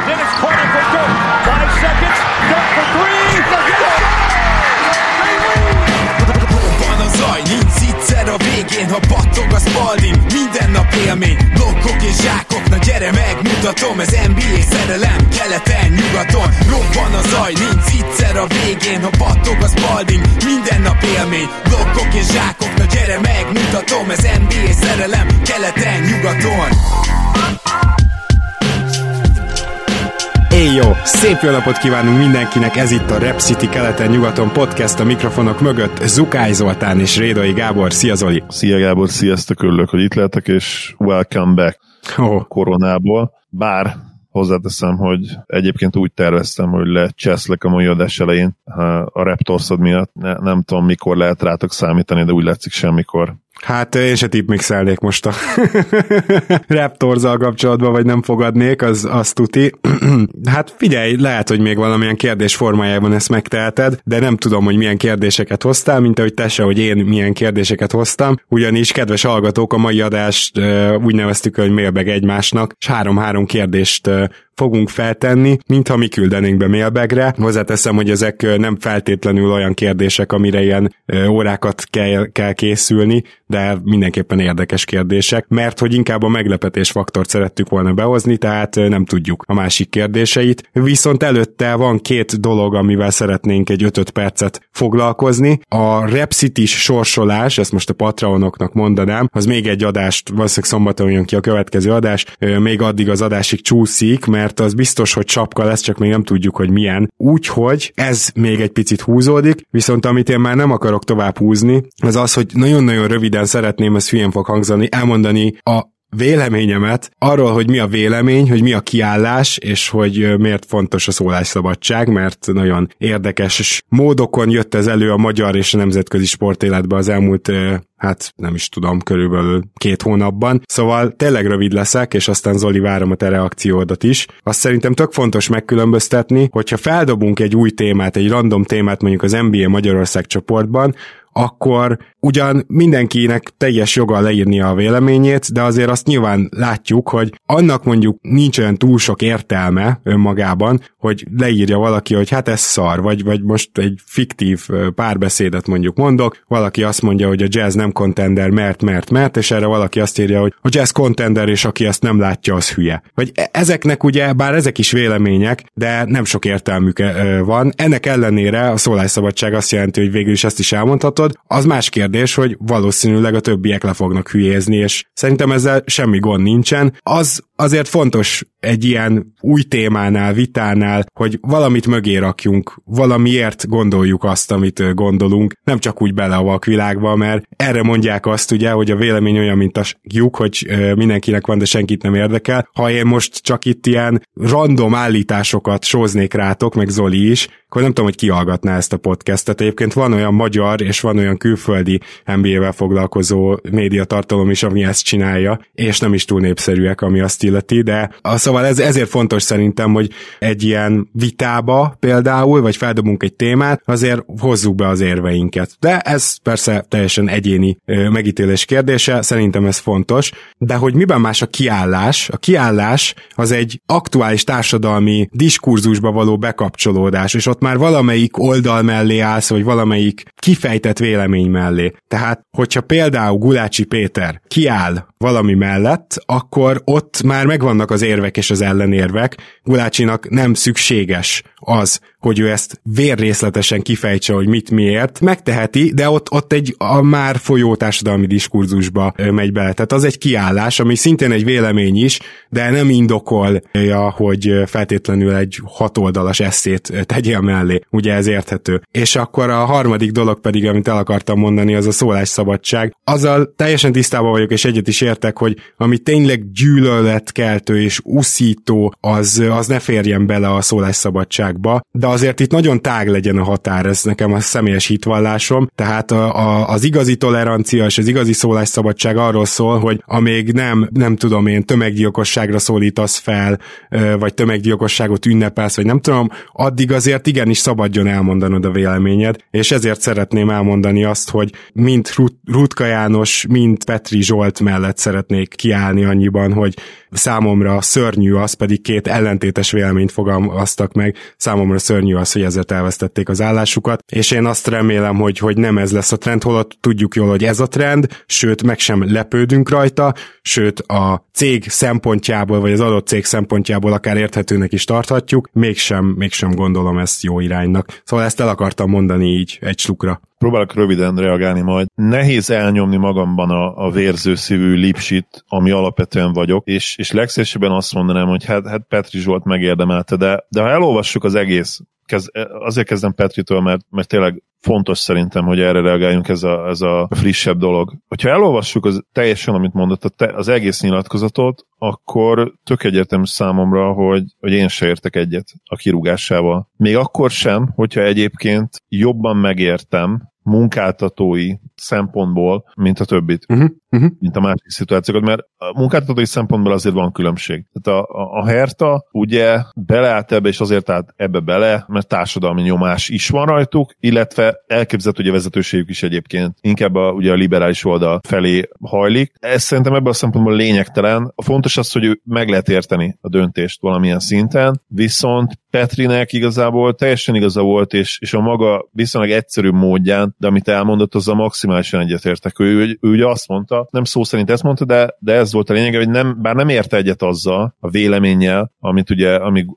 Then it's Carter for Dirk. 5 seconds. Dirk for 3. Van a zaj, nincs egyszer a végén, ha battog a Spalding, minden nap élmény, blokkok és zsákok, na gyere megmutatom, ez NBA szerelem, keleten, nyugaton, robban a zaj, nincs egyszer a végén, ha battog a Spalding, minden nap élmény, blokkok és zsákok, na gyere megmutatom, ez NBA szerelem, keleten, nyugaton. Éj jó! Szép jó napot kívánunk mindenkinek, ez itt a Rep City keleten-nyugaton podcast, a mikrofonok mögött Zukály Zoltán és Rédai Gábor. Szia Zoli! Szia Gábor, sziasztok, örülök, hogy itt lehetek, és welcome back koronából. Bár hozzáteszem, hogy egyébként úgy terveztem, hogy lecseszlek a mai adás elején a Raptorsod miatt. Nem tudom, mikor lehet rátok számítani, de úgy látszik semmikor. Hát én se tippmixelnék most a Raptorzzal kapcsolatban, vagy nem fogadnék, az tuti. Hát figyelj, lehet, hogy még valamilyen kérdés formájában ezt megteheted, de nem tudom, hogy milyen kérdéseket hoztál, mint ahogy te se, hogy én milyen kérdéseket hoztam, ugyanis, kedves hallgatók, a mai adást úgy neveztük, hogy mailbag egymásnak, és 3 kérdést fogunk feltenni, mintha mi küldenénk be mailbagre. Hozzáteszem, hogy ezek nem feltétlenül olyan kérdések, amire ilyen órákat kell készülni, de mindenképpen érdekes kérdések, mert hogy inkább a meglepetésfaktort szerettük volna behozni, tehát nem tudjuk a másik kérdéseit. Viszont előtte van 2 dolog, amivel szeretnénk egy 5 percet foglalkozni. A Rep City-s sorsolás, ezt most a Patreonoknak mondanám, az még egy adást, valószínűleg szombaton jön ki a következő adás, még addig az adásig csúszik, mert az biztos, hogy csapka lesz, csak még nem tudjuk, hogy milyen. Úgyhogy ez még egy picit húzódik, viszont amit én már nem akarok tovább húzni, az az, hogy nagyon-nagyon röviden szeretném, ez hülyén fog hangzani, elmondani a véleményemet arról, hogy mi a vélemény, hogy mi a kiállás, és hogy miért fontos a szólásszabadság, mert nagyon érdekes módokon jött ez elő a magyar és a nemzetközi sportéletben az elmúlt, hát nem is tudom, körülbelül 2 hónapban. Szóval tényleg rövid leszek, és aztán Zoli, várom a te reakciódat is. Azt szerintem tök fontos megkülönböztetni, hogyha feldobunk egy új témát, egy random témát mondjuk az NBA Magyarország csoportban, akkor ugyan mindenkinek teljes joga leírni a véleményét, de azért azt nyilván látjuk, hogy annak mondjuk nincs olyan túl sok értelme önmagában, hogy leírja valaki, hogy hát ez szar, vagy most egy fiktív párbeszédet mondjuk mondok, valaki azt mondja, hogy a Jazz nem contender, mert, és erre valaki azt írja, hogy a Jazz contender, és aki ezt nem látja, az hülye. Vagy ezeknek ugye, bár ezek is vélemények, de nem sok értelmük van. Ennek ellenére a szólásszabadság azt jelenti, hogy végül is ezt is elmondhatod. Az más kérdés, hogy valószínűleg a többiek le fognak hülyézni, és szerintem ezzel semmi gond nincsen. Az azért fontos egy ilyen új témánál, vitánál, hogy valamit mögé rakjunk, valamiért gondoljuk azt, amit gondolunk, nem csak úgy bele a vakvilágba, mert erre mondják azt ugye, hogy a vélemény olyan, mint a lyuk, hogy mindenkinek van, de senkit nem érdekel. Ha én most csak itt ilyen random állításokat sóznék rátok, meg Zoli is, akkor nem tudom, hogy ki hallgatná ezt a podcastet. Egyébként van olyan magyar és van olyan külföldi NBA-vel foglalkozó médiatartalom is, ami ezt csinálja, és nem is túl népszerűek, ami azt illeti, de szóval ezért fontos szerintem, hogy egy ilyen vitába például, vagy feldobunk egy témát, azért hozzuk be az érveinket. De ez persze teljesen egyéni megítélés kérdése, szerintem ez fontos, de hogy miben más a kiállás? A kiállás az egy aktuális társadalmi diskurzusba való bekapcsolódás, és ott már valamelyik oldal mellé állsz, vagy valamelyik kifejtett vélemény mellé. Tehát, hogyha például Gulácsi Péter kiáll valami mellett, akkor ott már megvannak az érvek és az ellenérvek. Gulácsinak nem szükséges az, hogy ő ezt vérrészletesen kifejtse, hogy mit miért. Megteheti, de ott egy a már folyó társadalmi diskurzusba megy bele. Tehát az egy kiállás, ami szintén egy vélemény is, de nem indokolja, hogy feltétlenül egy 6 oldalas esszét tegyél mellé. Ugye ez érthető. És akkor a harmadik dolog pedig, amit el akartam mondani, az a szólásszabadság. Azzal teljesen tisztában vagyok, és egyet is értek, hogy ami tényleg gyűlöletkeltő és uszító, az ne férjen bele a szólásszabadság szabadságba, de azért itt nagyon tág legyen a határ, ez nekem a személyes hitvallásom, tehát az igazi tolerancia és az igazi szólásszabadság arról szól, hogy amíg nem tudom én, tömeggyilkosságra szólítasz fel, vagy tömeggyilkosságot ünnepelsz, vagy nem tudom, addig azért igenis szabadjon elmondanod a véleményed, és ezért szeretném elmondani azt, hogy mind Rutka János, mind Petri Zsolt mellett szeretnék kiállni annyiban, hogy számomra szörnyű az, pedig két ellentétes véleményt fogalmaztak meg, számomra szörnyű az, hogy ezért elvesztették az állásukat, és én azt remélem, hogy nem ez lesz a trend, holott tudjuk jól, hogy ez a trend, sőt meg sem lepődünk rajta, sőt a cég szempontjából, vagy az adott cég szempontjából akár érthetőnek is tarthatjuk, mégsem gondolom ezt jó iránynak. Szóval ezt el akartam mondani így egy slukra. Próbálok röviden reagálni majd. Nehéz elnyomni magamban a vérző szívű lipsit, ami alapvetően vagyok, és legszívesebben azt mondanám, hogy hát Petri Zsolt megérdemelte, de ha elolvassuk az egész, azért kezdem Petritől, mert tényleg fontos szerintem, hogy erre reagáljunk, ez a frissebb dolog. Hogyha elolvassuk teljesen, amit mondott, az egész nyilatkozatot, akkor tök egyértelmű számomra, hogy én se értek egyet a kirúgásával. Még akkor sem, hogyha egyébként jobban megértem munkáltatói szempontból, mint a többit, mint a másik szituációkat, mert a munkáltatói szempontból azért van különbség. Tehát a Hertha ugye beleállt ebbe, és azért állt ebbe bele, mert társadalmi nyomás is van rajtuk, illetve elképzelhető, hogy a vezetőségük is egyébként inkább ugye a liberális oldal felé hajlik. Ez szerintem ebből a szempontból lényegtelen. A fontos az, hogy meg lehet érteni a döntést valamilyen szinten, viszont Petrinek igazából teljesen igaza volt, és a maga viszonylag egyszerű módján, de amit elmondott, azzal maximálisan egyetértek. Ő ugye azt mondta, nem szó szerint ezt mondta, de ez volt a lényege, hogy bár nem érte egyet azzal a véleménnyel, amit ugye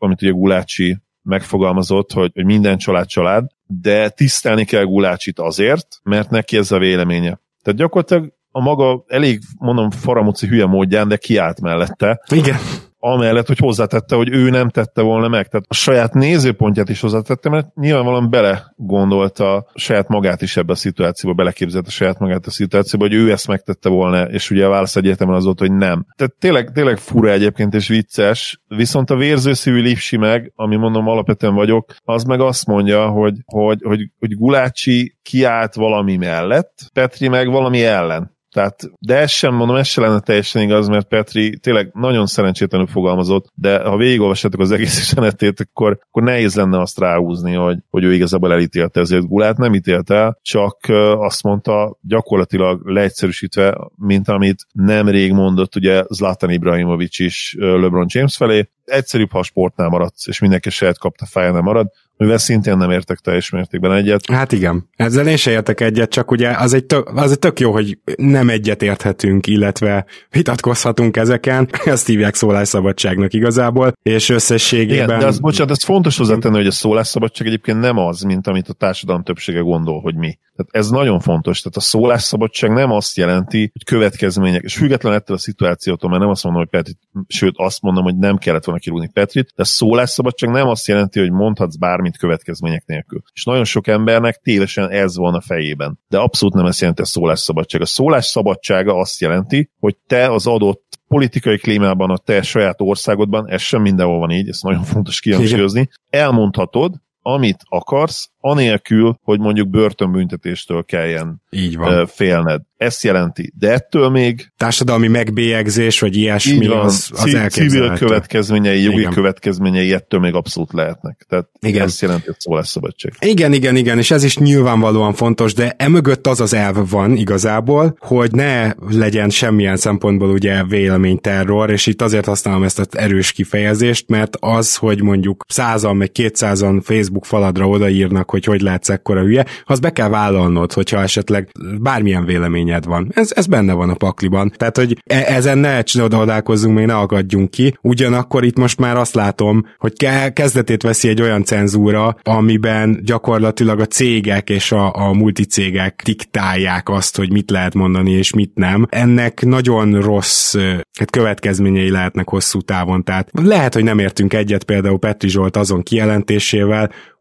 Gulácsi megfogalmazott, hogy minden család, de tisztelni kell Gulácsit azért, mert neki ez a véleménye. Tehát gyakorlatilag a maga elég, mondom, faramuci hülye módján, de kiállt mellette. Igen. Amellett, hogy hozzátette, hogy ő nem tette volna meg. Tehát a saját nézőpontját is hozzátette, mert nyilvánvalóan bele gondolta saját magát is ebbe a szituációba, beleképzelte saját magát a szituációba, hogy ő ezt megtette volna, és ugye a válasz egyértelműen az volt, hogy nem. Tehát tényleg fura egyébként és vicces, viszont a vérzőszívű Lipsi meg, ami mondom alapvetően vagyok, az meg azt mondja, hogy Gulácsi kiállt valami mellett, Petri meg valami ellen. Tehát, de ez sem lenne teljesen igaz, mert Petri tényleg nagyon szerencsétlenül fogalmazott, de ha végigolvassátok az egész üzenetét, akkor nehéz lenne azt ráhúzni, hogy ő igazából elítélte ezért Gulát, nem ítélt el, csak azt mondta gyakorlatilag leegyszerűsítve, mint amit nemrég mondott ugye Zlatan Ibrahimović is LeBron James felé, egyszerűbb, ha a sportnál maradsz, és mindenki saját kapta fejjel marad, mivel szintén nem értek teljes mértékben egyet. Hát igen, ezzel én se értek egyet, csak ugye az egy tök jó, hogy nem egyet érthetünk, illetve vitatkozhatunk ezeken, ezt hívják szólásszabadságnak igazából, és összességében... Igen, de ez fontos hozzátenni, hogy a szólásszabadság egyébként nem az, mint amit a társadalom többsége gondol, hogy mi. Tehát ez nagyon fontos, tehát a szólásszabadság nem azt jelenti, hogy következmények, és független ettől a szituációtól, mert nem azt mondom, hogy Petrit, sőt azt mondom, hogy nem kellett volna kirúgni Petrit, de a szólásszabadság nem azt jelenti, hogy mondhatsz bármit következmények nélkül. És nagyon sok embernek tévesen ez van a fejében. De abszolút nem ezt jelenti a szólásszabadság. A szólásszabadsága azt jelenti, hogy te az adott politikai klímában, a te saját országodban, ez sem mindenhol van így, ez nagyon fontos kihangsúlyozni, elmondhatod, amit akarsz, anélkül, hogy mondjuk börtönbüntetéstől kelljen félned. Ezt jelenti. De ettől még... Társadalmi megbélyegzés, vagy ilyesmi, az elképzelhető. Civil következményei, jogi következményei ettől még abszolút lehetnek. Tehát ezt jelenti a szólásszabadság. Igen, és ez is nyilvánvalóan fontos, de emögött az elv van igazából, hogy ne legyen semmilyen szempontból ugye véleményterror, és itt azért használom ezt az erős kifejezést, mert az, hogy mondjuk 100-an, meg 200-an Facebook faladra odaírnak, hogy lehetsz ekkora hülye, az be kell vállalnod, hogyha esetleg bármilyen véleményed van. Ez benne van a pakliban. Tehát, hogy ezen ne csodálkozzunk, még ne akadjunk ki. Ugyanakkor itt most már azt látom, hogy kezdetét veszi egy olyan cenzúra, amiben gyakorlatilag a cégek és a multicégek diktálják azt, hogy mit lehet mondani és mit nem. Ennek nagyon rossz következményei lehetnek hosszú távon. Tehát lehet, hogy nem értünk egyet például Petri Zsolt azon kijelentésével,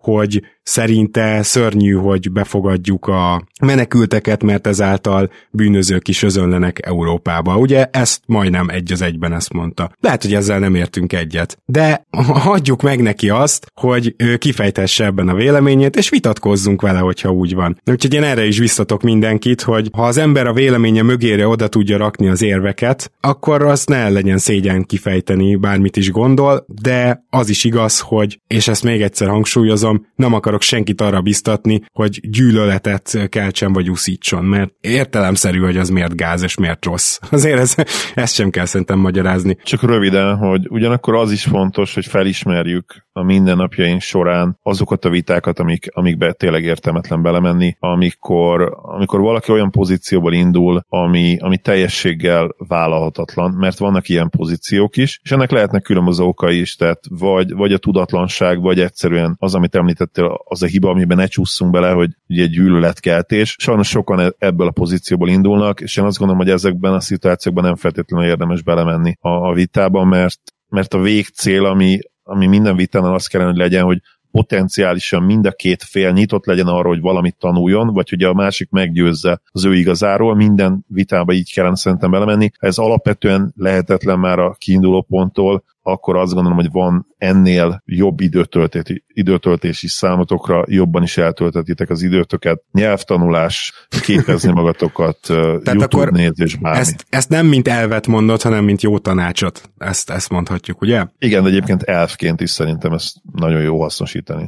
hogy szerinte szörnyű, hogy befogadjuk a menekülteket, mert ezáltal bűnözők is özönlenek Európába. Ugye ezt majdnem egy az egyben ezt mondta. Lehet, hogy ezzel nem értünk egyet. De hagyjuk meg neki azt, hogy ő kifejtesse ebben a véleményét, és vitatkozzunk vele, hogyha úgy van. Úgyhogy én erre is biztatok mindenkit, hogy ha az ember a véleménye mögére oda tudja rakni az érveket, akkor azt ne legyen szégyen kifejteni, bármit is gondol, de az is igaz, hogy, és ezt még egyszer hangsúlyozom, nem akarok senkit arra biztatni, hogy gyűlöletet keltsen vagy uszítson, mert értelemszerű, hogy az miért gáz és miért rossz. Azért ezt sem kell szerintem magyarázni. Csak röviden, hogy ugyanakkor az is fontos, hogy felismerjük a mindennapjaink során azokat a vitákat, amikbe tényleg értelmetlen belemenni, amikor valaki olyan pozícióból indul, ami teljességgel vállalhatatlan, mert vannak ilyen pozíciók is, és ennek lehetnek különböző okai is, tehát vagy a tudatlanság, vagy egyszerűen az, amit említettél, az a hiba, amiben ne csúszunk bele, hogy egy gyűlöletkeltés. Sajnos sokan ebből a pozícióból indulnak, és én azt gondolom, hogy ezekben a szituációkban nem feltétlenül érdemes belemenni a vitába, mert a végcél, ami minden vitánál az kellene, hogy legyen, hogy potenciálisan mind a két fél nyitott legyen arra, hogy valamit tanuljon, vagy hogy a másik meggyőzze az ő igazáról, minden vitába így kellene szerintem belemenni. Ez alapvetően lehetetlen már a kiinduló ponttól, akkor azt gondolom, hogy van ennél jobb időtöltési számotokra, jobban is eltöltetitek az időtöket, nyelvtanulás, képezni magatokat, YouTube nézés, bármi. Ezt nem mint elvet mondod, hanem mint jó tanácsot. Ezt mondhatjuk, ugye? Igen, de egyébként elfként is szerintem ezt nagyon jó hasznosítani.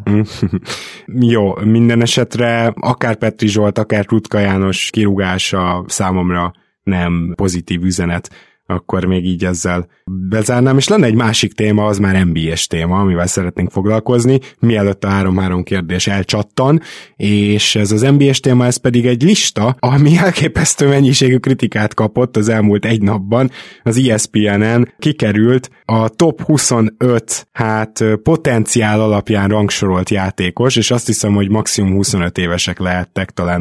Jó, minden esetre akár Petri Zsolt, akár Rutka János kirúgása számomra nem pozitív üzenet, akkor még így ezzel bezárnám, és lenne egy másik téma, az már NBA-s téma, amivel szeretnénk foglalkozni, mielőtt a 3-3 kérdés elcsattan, és ez az NBA-s téma, ez pedig egy lista, ami elképesztő mennyiségű kritikát kapott az elmúlt egy napban, az ESPN-en kikerült a top 25 potenciál alapján rangsorolt játékos, és azt hiszem, hogy maximum 25 évesek lehettek, talán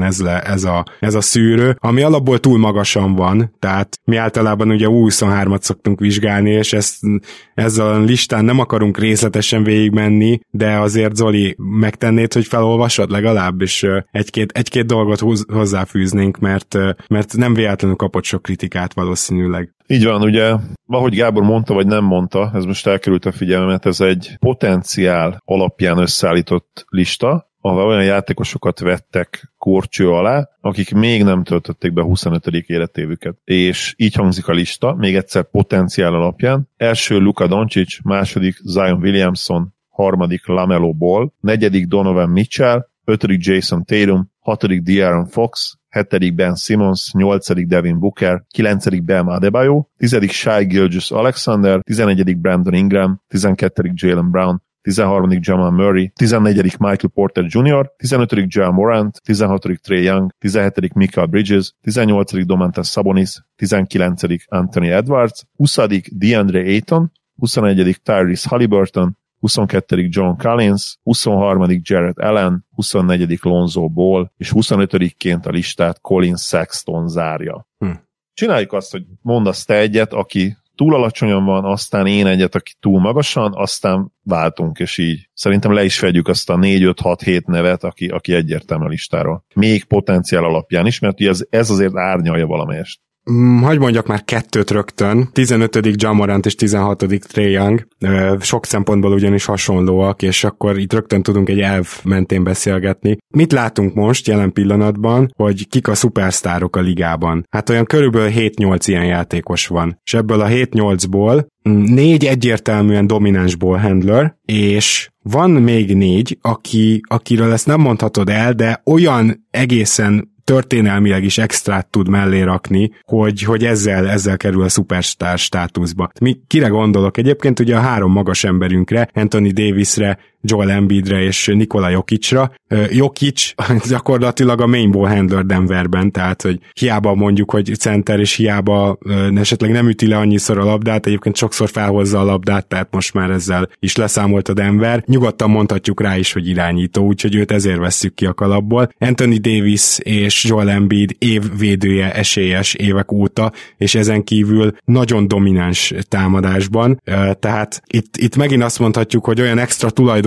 ez a szűrő, ami alapból túl magasan van, tehát mi általában ugye 23-at szoktunk vizsgálni, és ezzel a listán nem akarunk részletesen végigmenni, de azért Zoli, megtennéd, hogy felolvasod legalább, és egy-két dolgot hozzáfűznénk, mert nem véletlenül kapott sok kritikát valószínűleg. Így van, ugye, ahogy Gábor mondta, vagy nem mondta, ez most elkerült a figyelmemet, ez egy potenciál alapján összeállított lista, ahol olyan játékosokat vettek kórcső alá, akik még nem töltötték be 25. életévüket. És így hangzik a lista, még egyszer potenciál alapján. Első Luka Doncic, második Zion Williamson, harmadik LaMelo Ball, negyedik Donovan Mitchell, ötödik Jason Tatum, hatodik De'Aaron Fox, hetedik Ben Simmons, nyolcadik Devin Booker, kilencedik Bam Adebayo, tizedik Shai Gilgeous-Alexander, 11. Brandon Ingram, 12. Jaylen Brown, 13. Jamal Murray, 14. Michael Porter Jr., 15. Ja Morant, 16. Trae Young, 17. Michael Bridges, 18. Domantas Sabonis, 19. Anthony Edwards, 20. DeAndre Ayton, 21. Tyrese Halliburton, 22. John Collins, 23. Jarrett Allen, 24. Lonzo Ball, és 25-ként a listát Colin Sexton zárja. Csináljuk azt, hogy mondasz te egyet, aki túl alacsonyan van, aztán én egyet, aki túl magasan, aztán váltunk, és így szerintem le is fedjük azt a 4-5-6-7 nevet, aki egyértelmű a listáról. Még potenciál alapján is, mert ez azért árnyalja valamelyest. Hagy mondjak már 2 rögtön. 15. Ja Morant és 16. Trae Young. Sok szempontból ugyanis hasonlóak, és akkor itt rögtön tudunk egy elv mentén beszélgetni. Mit látunk most jelen pillanatban, hogy kik a szupersztárok a ligában? Hát olyan körülbelül 7-8 ilyen játékos van. És ebből a 7-8-ból 4 egyértelműen domináns ballhandler, és van még 4, akiről ezt nem mondhatod el, de olyan egészen történelmileg is extrát tud mellé rakni, hogy ezzel kerül a szupersztár státuszba. Kire gondolok? Egyébként ugye a 3 magas emberünkre, Anthony Davisre, Joel Embiidre és Nikola Jokicra. Jokic gyakorlatilag a main ball handler Denverben, tehát hogy hiába mondjuk, hogy center, és hiába esetleg nem üti le annyiszor a labdát, egyébként sokszor felhozza a labdát, tehát most már ezzel is leszámolt a Denver. Nyugodtan mondhatjuk rá is, hogy irányító, úgyhogy őt ezért vesszük ki a kalapból. Anthony Davis és Joel Embiid évvédője esélyes évek óta, és ezen kívül nagyon domináns támadásban, tehát itt megint azt mondhatjuk, hogy olyan extra tulajdonság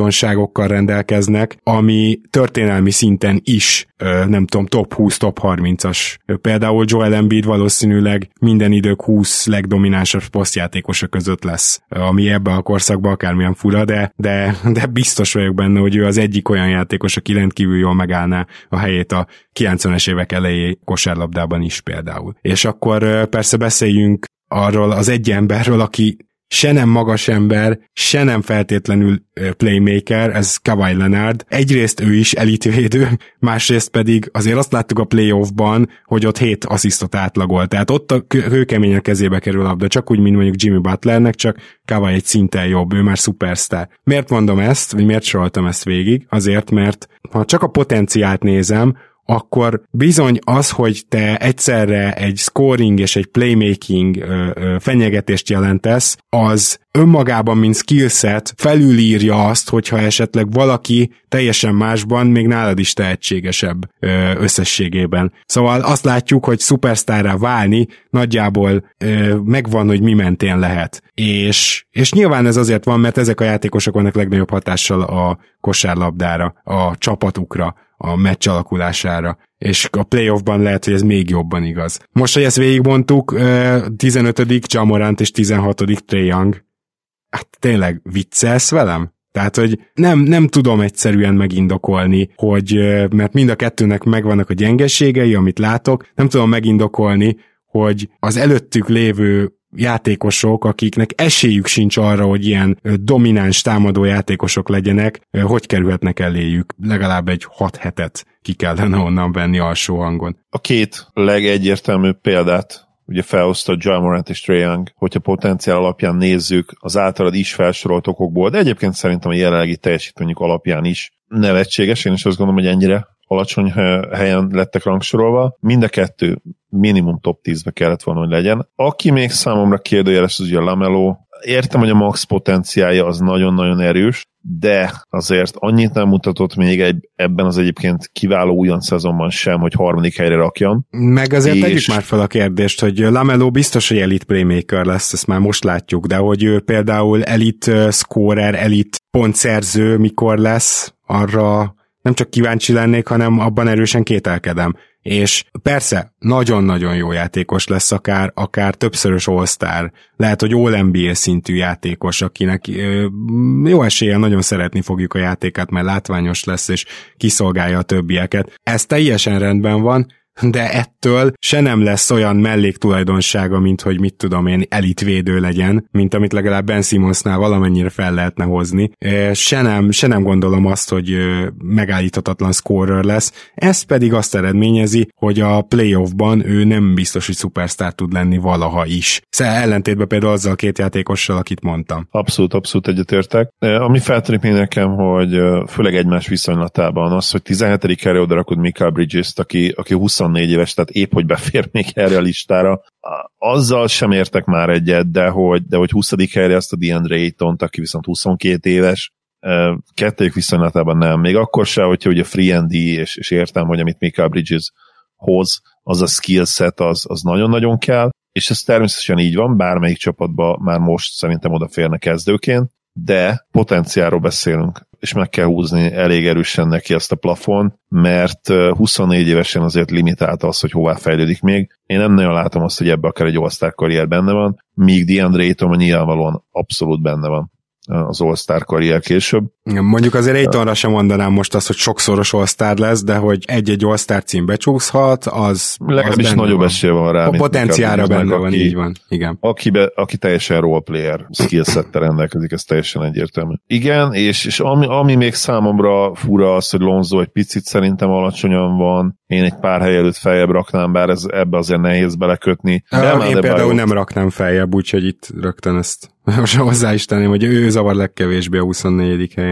tulajdonságokkal rendelkeznek, ami történelmi szinten is, nem tudom, top 20, top 30-as. Például Joel Embiid valószínűleg minden idők 20 legdominánsabb posztjátékosa között lesz, ami ebben a korszakban akármilyen fura, de biztos vagyok benne, hogy ő az egyik olyan játékos, aki rendkívül jól megállná a helyét a 90-es évek elejé kosárlabdában is például. És akkor persze beszéljünk arról az egy emberről, aki se nem magas ember, se nem feltétlenül playmaker, ez Kawhi Leonard. Egyrészt ő is elitvédő, másrészt pedig azért azt láttuk a playoffban, hogy ott 7 asszisztot átlagolt. Tehát ott a hőkeményen kezébe kerül a labda, csak úgy, mint mondjuk Jimmy Butlernek, csak Kawhi egy szinten jobb, ő már szupersztár. Miért mondom ezt, vagy miért soroltam ezt végig? Azért, mert ha csak a potenciált nézem, akkor bizony az, hogy te egyszerre egy scoring és egy playmaking fenyegetést jelentesz, az önmagában, mint skillset felülírja azt, hogyha esetleg valaki teljesen másban még nálad is tehetségesebb összességében. Szóval azt látjuk, hogy szupersztárrá válni nagyjából megvan, hogy mi mentén lehet. És nyilván ez azért van, mert ezek a játékosok vannak legnagyobb hatással a kosárlabdára, a csapatukra, a meccs alakulására, és a playoffban lehet, hogy ez még jobban igaz. Most, hogy ezt végigmondtuk, 15. Ja Morant és 16. Trae Young. Hát tényleg viccelsz velem? Tehát, hogy nem tudom egyszerűen megindokolni, hogy mert mind a kettőnek megvannak a gyengeségei, amit látok, nem tudom megindokolni, hogy az előttük lévő játékosok, akiknek esélyük sincs arra, hogy ilyen domináns támadó játékosok legyenek, hogy kerülhetnek eléjük. Legalább egy 6 hetet ki kellene onnan venni alsó hangon. A két legegyértelműbb példát ugye felhozta Ja Morant és Trae Young, hogyha potenciál alapján nézzük, az általad is felsorolt okokból, de egyébként szerintem a jelenlegi teljesítményük alapján is nevetséges. Én is azt gondolom, hogy ennyire alacsony helyen lettek rangsorolva. Mind a kettő minimum top 10-be kellett volna, hogy legyen. Aki még számomra kérdőjeles, az ugye a LaMelo. Értem, hogy a max potenciálja az nagyon-nagyon erős, de azért annyit nem mutatott még ebben az egyébként kiváló újon szezonban sem, hogy 3. helyre rakjam. Meg azért tegyük már fel a kérdést, hogy LaMelo biztos, hogy elite playmaker lesz, ezt már most látjuk, de hogy ő például elite scorer, elite pontszerző mikor lesz, arra nem csak kíváncsi lennék, hanem abban erősen kételkedem. És persze, nagyon-nagyon jó játékos lesz, akár többszörös All-Star, lehet, hogy All-NBA szintű játékos, akinek jó eséllyel nagyon szeretni fogjuk a játékát, mert látványos lesz, és kiszolgálja a többieket. Ez teljesen rendben van, de ettől se nem lesz olyan melléktulajdonsága, mint hogy mit tudom én, elitvédő legyen, mint amit legalább Ben Simmonsnál valamennyire fel lehetne hozni. Se nem gondolom azt, hogy megállíthatatlan scorer lesz. Ez pedig azt eredményezi, hogy a playoffban ő nem biztos, hogy szupersztár tud lenni valaha is. Ellentétben például azzal a két játékossal, akit mondtam. Abszolút egyetértek. Ami feltűnik még nekem, hogy főleg egymás viszonylatában az, hogy 17. helyre oda rakod Mikal Bridges-t, aki 24 éves, tehát épp hogy befér még erre a listára. Azzal sem értek már egyet, de hogy 20. helyre azt a DeAndre Aytont, aki viszont 22 éves, kettőjük viszonylatában nem. Még akkor se, hogyha ugye free and D, és értem, hogy amit Mikal Bridges hoz, az a skillset, az nagyon-nagyon kell, és ez természetesen így van, bármelyik csapatban már most szerintem odaférne kezdőként, de potenciálról beszélünk, és meg kell húzni elég erősen neki ezt a plafon, mert 24 évesen azért limitálta az, hogy hová fejlődik még. Én nem nagyon látom azt, hogy ebbe akár egy All-Star karrier benne van, míg DeAndre Ayton nyilvánvalóan abszolút benne van az All-Star karrier később. Mondjuk azért Aytonra sem mondanám most azt, hogy sokszoros All-Star lesz, de hogy egy-egy All-Star cím becsúszhat, az legalábbis nagyobb esélye van rá. A potenciára benne van, így van. Igen. Aki teljesen role player skillsettel rendelkezik, ez teljesen egyértelmű. Igen, és ami még számomra fura az, hogy Lonzo egy picit szerintem alacsonyan van. Én egy pár hely előtt feljebb raknám, bár ebbe azért nehéz belekötni. Én például nem raknám feljebb, úgyhogy itt rögtön ezt hozzá is tenném, hogy ő zavar legkevésbé a 24. helyen.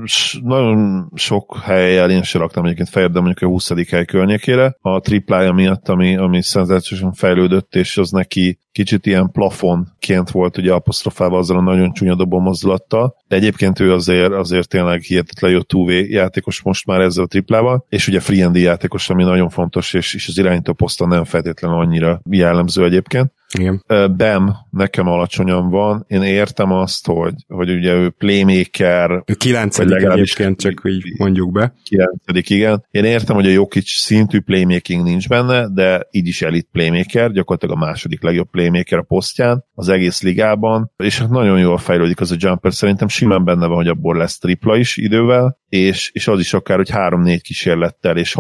Nagyon sok helyen én sem raktam egyébként feljebb, de mondjuk a 20. hely környékére. A triplája miatt, ami szenzációsan fejlődött, és az neki kicsit ilyen plafonként volt ugye apostrofálva azzal a nagyon csúnya dobó mozdulattal, de egyébként ő azért tényleg hihetetlen jó 2V játékos most már ezzel a triplával, és ugye free and D játékos, ami nagyon fontos, és az irányító poszton nem feltétlenül annyira jellemző egyébként. Igen. Bam nekem alacsonyan van. Én értem azt, hogy ugye ő playmaker. Ő 9. egyébként, csak így mondjuk be. 9. igen. Én értem, hogy a Jokic szintű playmaking nincs benne, de így is elit playmaker, gyakorlatilag a második legjobb playmaker a posztján az egész ligában, és nagyon jól fejlődik az a jumper. Szerintem simán benne van, hogy abból lesz tripla is idővel, és az is akár, hogy 3-4 kísérlettel és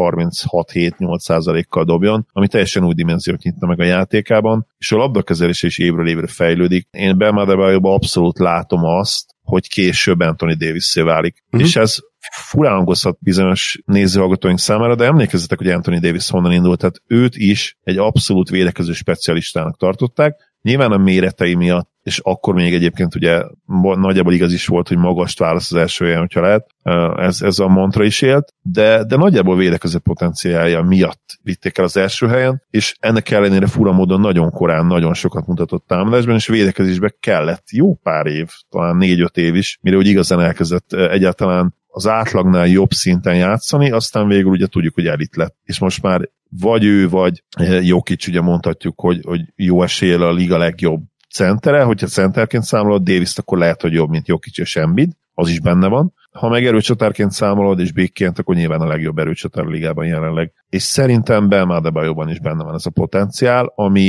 36-7-8%-kal dobjon, ami teljesen új dimenziót nyitna meg a játékában, és a labdakezelés is évről évre fejlődik. Én Bam Adebayoban abszolút látom azt, hogy később Anthony Davis-szé válik. És ez furán hangozhat bizonyos nézőhallgatóink számára, de emlékezzetek, hogy Anthony Davis honnan indult, tehát őt is egy abszolút védekező specialistának tartották, nyilván a méretei miatt, és akkor még egyébként ugye nagyjából igaz is volt, hogy magast válasz az első helyen, hogyha lehet, ez a mantra is élt, de nagyjából védekező potenciálja miatt vitték el az első helyen, és ennek ellenére fura módon nagyon korán nagyon sokat mutatott támadásban, és védekezésben kellett jó pár év, talán 4-5 év is, mire úgy igazán elkezdett egyáltalán az átlagnál jobb szinten játszani, aztán végül ugye tudjuk, hogy elit lett. És most már vagy ő, vagy Jokic, ugye mondhatjuk, hogy jó eséllyel a liga legjobb centere, hogyha centerként számolod Davis-t, akkor lehet, hogy jobb, mint Jokic és Embiid, az is benne van. Ha meg erőcsatárként számolod, és bigként, akkor nyilván a legjobb erőcsatár a ligában jelenleg. És szerintem Bam Adebayoban is benne van ez a potenciál,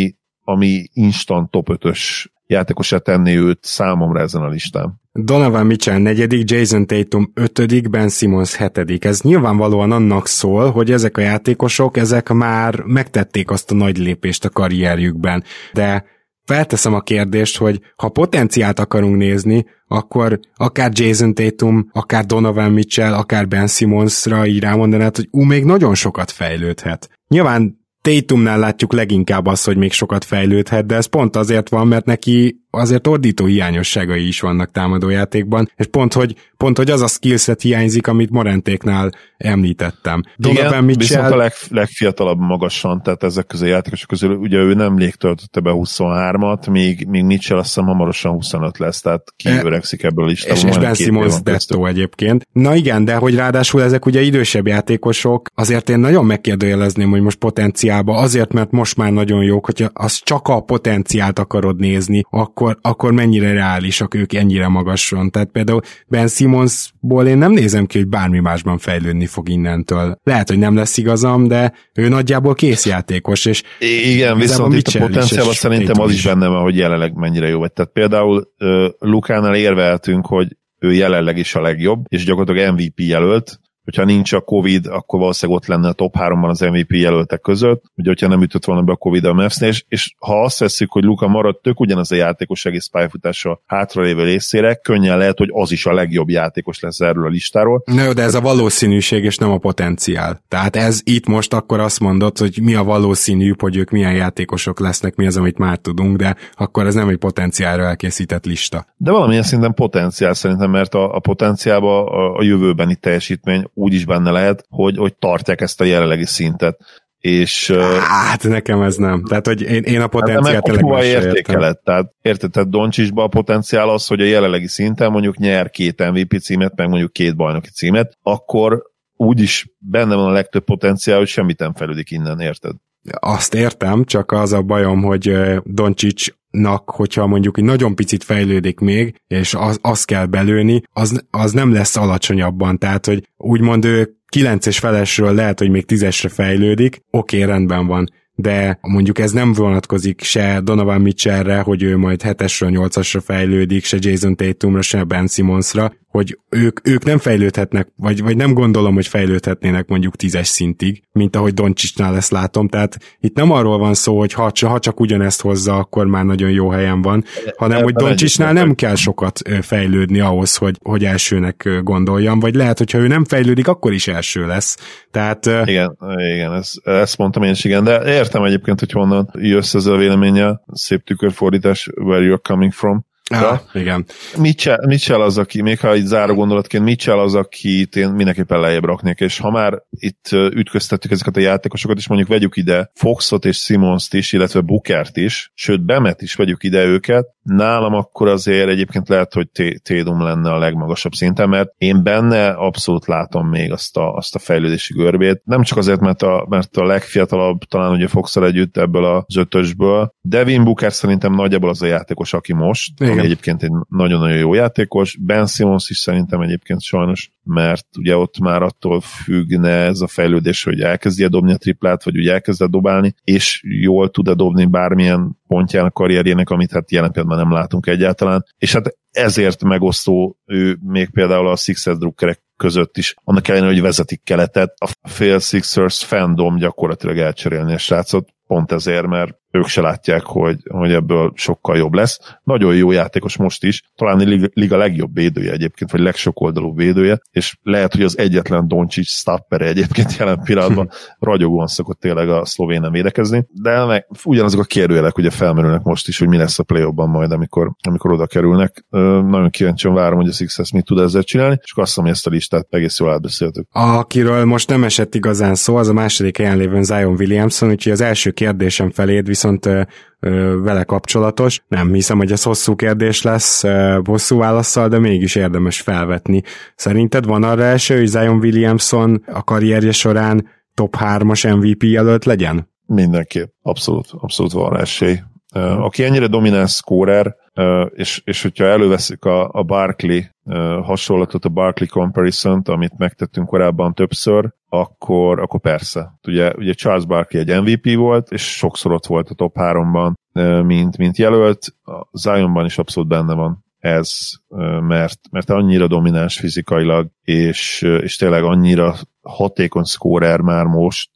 ami instant top 5-ös játékosát tenni őt számomra ezen a listán. Donovan Mitchell 4., Jason Tatum 5., Ben Simmons 7. Ez nyilvánvalóan annak szól, hogy ezek a játékosok, ezek már megtették azt a nagy lépést a karrierjükben. De felteszem a kérdést, hogy ha potenciált akarunk nézni, akkor akár Jason Tatum, akár Donovan Mitchell, akár Ben Simmonsra így rámondanád, hogy még nagyon sokat fejlődhet. Nyilván Tatumnál látjuk leginkább azt, hogy még sokat fejlődhet, de ez pont azért van, mert neki azért ordító hiányosságai is vannak támadójátékban, és pont, hogy az a skillset hiányzik, amit Morentéknál említettem. Igen, viszont a legfiatalabb magasan, tehát ezek közül a játékosok közül, ugye ő nemrég töltötte be 23-at, míg Mitchell azt hiszem hamarosan 25 lesz, tehát kiöregszik ebből is. És Ben Simmons dettó egyébként. Na igen, de hogy ráadásul ezek ugye idősebb játékosok, azért én nagyon megkérdőjelezném, hogy most potenciálba, azért, mert most már nagyon jók, hogyha az csak a potenciált akarod nézni, akkor mennyire reálisak ők ennyire magason. Tehát például Ben Simmonsból én nem nézem ki, hogy bármi másban fejlődni fog innentől. Lehet, hogy nem lesz igazam, de ő nagyjából kész játékos, és igen, viszont itt a potenciálban szerintem az is benne van, hogy jelenleg mennyire jó vagy. Tehát például Lukánál érveltünk, hogy ő jelenleg is a legjobb, és gyakorlatilag MVP jelölt, hogyha nincs a Covid, akkor valószínűleg ott lenne a top 3-ban az MVP jelöltek között, ugye, hogyha nem ütött volna be a Covid a Mavs-nél, és ha azt vesszük, hogy Luka marad tök ugyanaz a játékos egész pályafutása hátralévő részére, könnyen lehet, hogy az is a legjobb játékos lesz erről a listáról. Na jó, de ez a valószínűség, és nem a potenciál. Tehát ez itt most akkor azt mondod, hogy mi a valószínűbb, hogy ők milyen játékosok lesznek, mi az, amit már tudunk, de akkor ez nem egy potenciálra elkészített lista. De valamilyen szinten potenciál szerintem, mert a potenciálban a jövőbeni teljesítmény úgy is benne lehet, hogy tartják ezt a jelenlegi szintet. És, hát nekem ez nem. Tehát, hogy én a potenciált tényleg értékeled. Tehát érted, Doncsicsban a potenciál az, hogy a jelenlegi szinten mondjuk nyer 2 MVP címet, meg mondjuk 2 bajnoki címet, akkor úgyis benne van a legtöbb potenciál, hogy semmit nem fejlődik innen, érted? Azt értem, csak az a bajom, hogy Doncsicsnak, hogyha mondjuk nagyon picit fejlődik még, és az kell belőni, az nem lesz alacsonyabban, tehát, hogy úgymond ő 9-es felesről lehet, hogy még 10-esre fejlődik, oké, rendben van, de mondjuk ez nem vonatkozik se Donovan Mitchellre, hogy ő majd 7-esről 8-asra fejlődik, se Jason Tatumra, se Ben Simmonsra, hogy ők nem fejlődhetnek, vagy nem gondolom, hogy fejlődhetnének mondjuk 10-es szintig, mint ahogy Doncsicsnál ezt látom, tehát itt nem arról van szó, hogy ha csak ugyanezt hozza, akkor már nagyon jó helyen van, hanem hogy Doncsicsnál nem kell sokat fejlődni ahhoz, hogy elsőnek gondoljam, vagy lehet, hogyha ő nem fejlődik, akkor is első lesz. Tehát, igen, ezt mondtam én is, igen, de értem egyébként, hogy honnan jössz ezzel a véleménnyel, szép tükörfordítás, where you're coming from. Igen. Mitchell az, aki, még ha egy záró gondolatként, Mitchell az, akit én mindenképpen lejjebb raknék, és ha már itt ütköztettük ezeket a játékosokat, és mondjuk vegyük ide Foxot és Simmons-t is, illetve Bookert is, sőt Bemet is vegyük ide őket, nálam akkor azért egyébként lehet, hogy Tatum lenne a legmagasabb szinten, mert én benne abszolút látom még azt a fejlődési görbét. Nem csak azért, mert a legfiatalabb, talán ugye Fox-szal együtt ebből az ötösből. Devin Booker szerintem nagyjából az a játékos, aki most, ami egyébként egy nagyon-nagyon jó játékos. Ben Simmons is szerintem egyébként sajnos, mert ugye ott már attól függne ez a fejlődés, hogy elkezdje dobni a triplát, vagy ugye elkezdje dobálni, és jól tud-e dobni bármilyen pontján a karrierjének, amit hát jelen pillanatban nem látunk egyáltalán. És hát ezért megosztó ő még például a Sixers drukkerek között is, annak ellenére, hogy vezetik keletet, a fél Sixers fandom gyakorlatilag elcserélni a srácot, pont ezért, mert ők se látják, hogy ebből sokkal jobb lesz. Nagyon jó játékos most is, talán a liga legjobb védője egyébként, vagy legsokoldalúbb védője, és lehet, hogy az egyetlen Doncic stappere egyébként jelen pillanatban ragyogóan szokott tényleg a szlovénen védekezni, de meg ugyanazok a kérdőjelek ugye felmerülnek most is, hogy mi lesz a play-offban majd, amikor oda kerülnek. Nagyon kíváncsian várom, hogy a Sixers mit tud ezzel csinálni, és azt hiszem, hogy ezt a listát egész jól átbeszéltük. Akiről most nem esett igazán szó, az a második helyen lévő Zion Williamson, úgyhogy az első kérdésem feléd viszont vele kapcsolatos. Nem hiszem, hogy ez hosszú kérdés lesz, hosszú válasszal, de mégis érdemes felvetni. Szerinted van arra esély, hogy Zion Williamson a karrierje során top 3-as MVP jelölt legyen? Mindenképp. Abszolút van rá esély. Aki ennyire domináns scorer, és hogyha előveszik a Barkley hasonlatot, a Barkley comparison-t, amit megtettünk korábban többször, akkor persze. Ugye Charles Barkley egy MVP volt, és sokszor ott volt a top 3-ban, mint jelölt. A Zionban is abszolút benne van ez, mert annyira domináns fizikailag, és tényleg annyira hatékony scorer már most,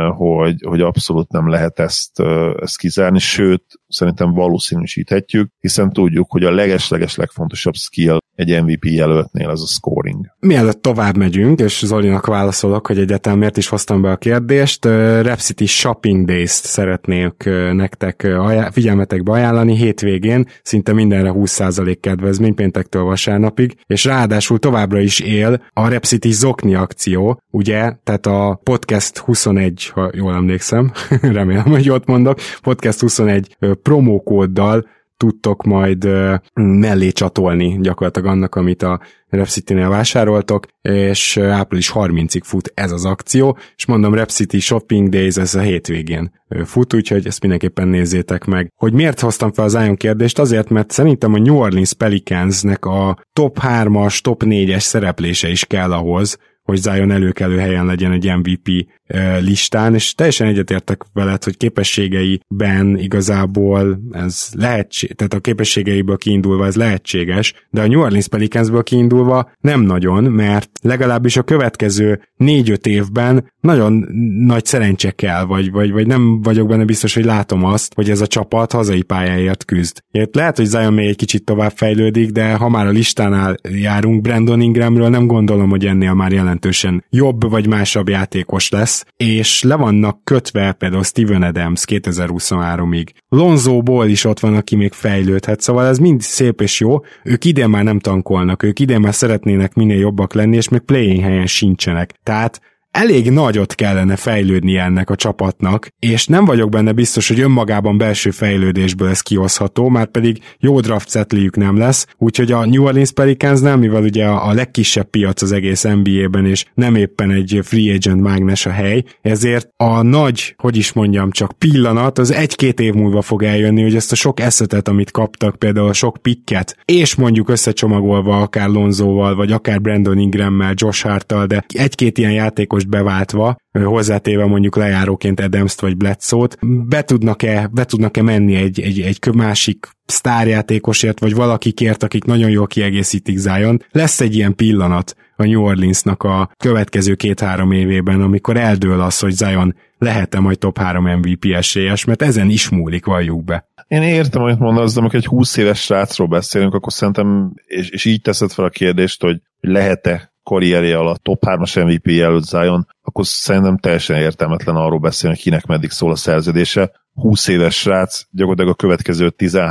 hogy abszolút nem lehet ezt kizárni, sőt, szerintem valószínűsíthetjük, hiszen tudjuk, hogy a leges legfontosabb skill egy MVP jelöltnél az a scoring. Mielőtt tovább megyünk, és Zolinak válaszolok, hogy egyáltalán miért is hoztam be a kérdést, Rep City Shopping Days-t szeretnék nektek figyelmetekbe ajánlani hétvégén, szinte mindenre 20% kedvezmény péntektől vasárnapig, és ráadásul továbbra is él a Rep City zokni akció, ugye, tehát a Podcast 21, ha jól emlékszem, remélem, hogy jót mondok, Podcast 21 promókóddal tudtok majd mellé csatolni gyakorlatilag annak, amit a Rep City-nél vásároltok, és április 30-ig fut ez az akció, és mondom, Rep City Shopping Days, ez a hétvégén fut, úgyhogy ezt mindenképpen nézzétek meg. Hogy miért hoztam fel az Zion kérdést? Azért, mert szerintem a New Orleans Pelicansnek a top 3-as, top 4-es szereplése is kell ahhoz, hogy Zion előkelő helyen legyen egy MVP listán, és teljesen egyetértek veled, hogy képességeiben igazából ez lehetséges, tehát a képességeiből kiindulva ez lehetséges, de a New Orleans Pelicansből kiindulva nem nagyon, mert legalábbis a következő 4-5 évben nagyon nagy szerencse kell, vagy nem vagyok benne biztos, hogy látom azt, hogy ez a csapat hazai pályáért küzd. Lehet, hogy Zion még egy kicsit tovább fejlődik, de ha már a listánál járunk, Brandon Ingramről nem gondolom, hogy ennél már jelentősen jobb vagy másabb játékos lesz, és le vannak kötve például Steven Adams 2023-ig. Lonzo Ball is ott van, aki még fejlődhet, szóval ez mind szép és jó, ők idén már nem tankolnak, ők idén már szeretnének minél jobbak lenni, és még play-in helyen sincsenek. Tehát elég nagyot kellene fejlődni ennek a csapatnak, és nem vagyok benne biztos, hogy önmagában belső fejlődésből ez kihozható, már pedig jó draft setlijük nem lesz, úgyhogy a New Orleans Pelicansnál, mivel ugye a legkisebb piac az egész NBA-ben, és nem éppen egy free agent mágnes a hely, ezért a nagy, hogy is mondjam, csak pillanat, az 1-2 év múlva fog eljönni, hogy ezt a sok eszetet, amit kaptak, például a sok picket, és mondjuk összecsomagolva akár Lonzóval, vagy akár Brandon Ingrammel, Josh Harttal, de 1-2 ilyen játékos beváltva, hozzátéve mondjuk lejáróként Adams-t vagy Bledsoe-t, be tudnak-e menni egy másik sztárjátékosért, vagy valakikért, akik nagyon jól kiegészítik Zion. Lesz egy ilyen pillanat a New Orleansnak a következő 2-3 évében, amikor eldől az, hogy Zion lehet-e majd top 3 MVP esélyes, mert ezen is múlik, valljuk be. Én értem, amit mondasz, de amikor egy 20 éves srácról beszélünk, akkor szerintem, és így teszed fel a kérdést, hogy lehet-e karrierje alatt top 3-as MVP jelölt Zion, akkor szerintem teljesen értelmetlen arról beszélni, hogy kinek meddig szól a szerződése. 20 éves srác gyakorlatilag a következő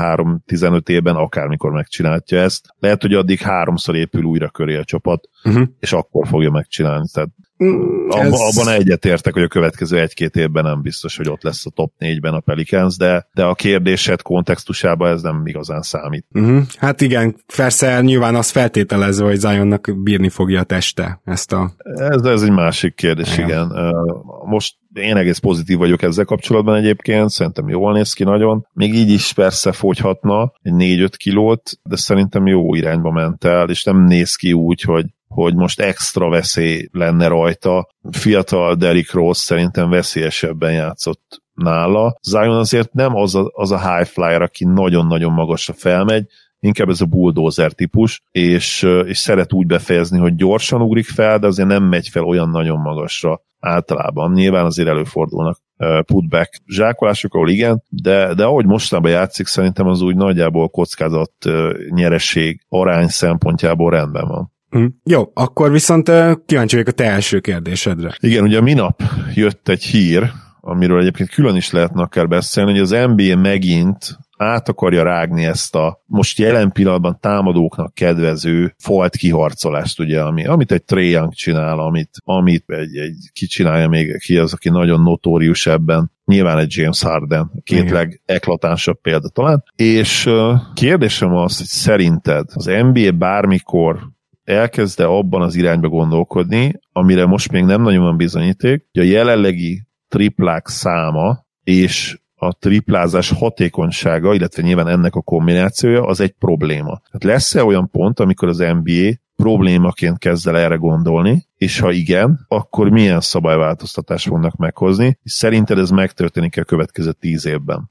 13-15 évben akármikor megcsinálja ezt. Lehet, hogy addig 3-szor épül újra köré a csapat, és akkor fogja megcsinálni. Tehát Abban egyetértek, hogy a következő 1-2 évben nem biztos, hogy ott lesz a top 4-ben a Pelicans, de a kérdésed kontextusában ez nem igazán számít. Hát igen, persze nyilván az feltételezve, hogy Zionnak bírni fogja a teste ezt a... Ez egy másik kérdés, igen. Most én egész pozitív vagyok ezzel kapcsolatban egyébként, szerintem jól néz ki nagyon. Még így is persze fogyhatna egy 4-5 kilót, de szerintem jó irányba ment el, és nem néz ki úgy, hogy most extra veszély lenne rajta. Fiatal Derrick Rose szerintem veszélyesebben játszott nála. Zion azért nem az a high flyer, aki nagyon-nagyon magasra felmegy, inkább ez a bulldozer típus, és szeret úgy befejezni, hogy gyorsan ugrik fel, de azért nem megy fel olyan nagyon magasra általában. Nyilván azért előfordulnak putback zsákolások, ahol igen, de ahogy mostanában játszik, szerintem az úgy nagyjából kockázat nyereség arány szempontjából rendben van. Jó, akkor viszont kíváncsi vagyok a te első kérdésedre. Igen, ugye minap jött egy hír, amiről egyébként külön is lehetne akár beszélni, hogy az NBA megint át akarja rágni ezt a most jelen pillanatban támadóknak kedvező falt kiharcolást, ugye, amit egy Trae Young csinál, amit egy ki csinálja még ki az, aki nagyon notórius ebben, nyilván egy James Harden, két legeklatánsabb példa talán, és kérdésem az, hogy szerinted az NBA bármikor elkezd-e abban az irányba gondolkodni, amire most még nem nagyon van bizonyíték, hogy a jelenlegi triplák száma és a triplázás hatékonysága, illetve nyilván ennek a kombinációja, az egy probléma. Hát lesz-e olyan pont, amikor az NBA problémaként kezd el erre gondolni, és ha igen, akkor milyen szabályváltoztatást fognak meghozni, és szerinted ez megtörténik a következő 10 évben?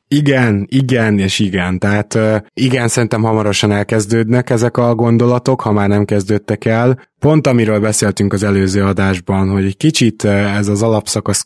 Igen és igen. Tehát igen, szerintem hamarosan elkezdődnek ezek a gondolatok, ha már nem kezdődtek el. Pont amiről beszéltünk az előző adásban, hogy egy kicsit ez az alapszakasz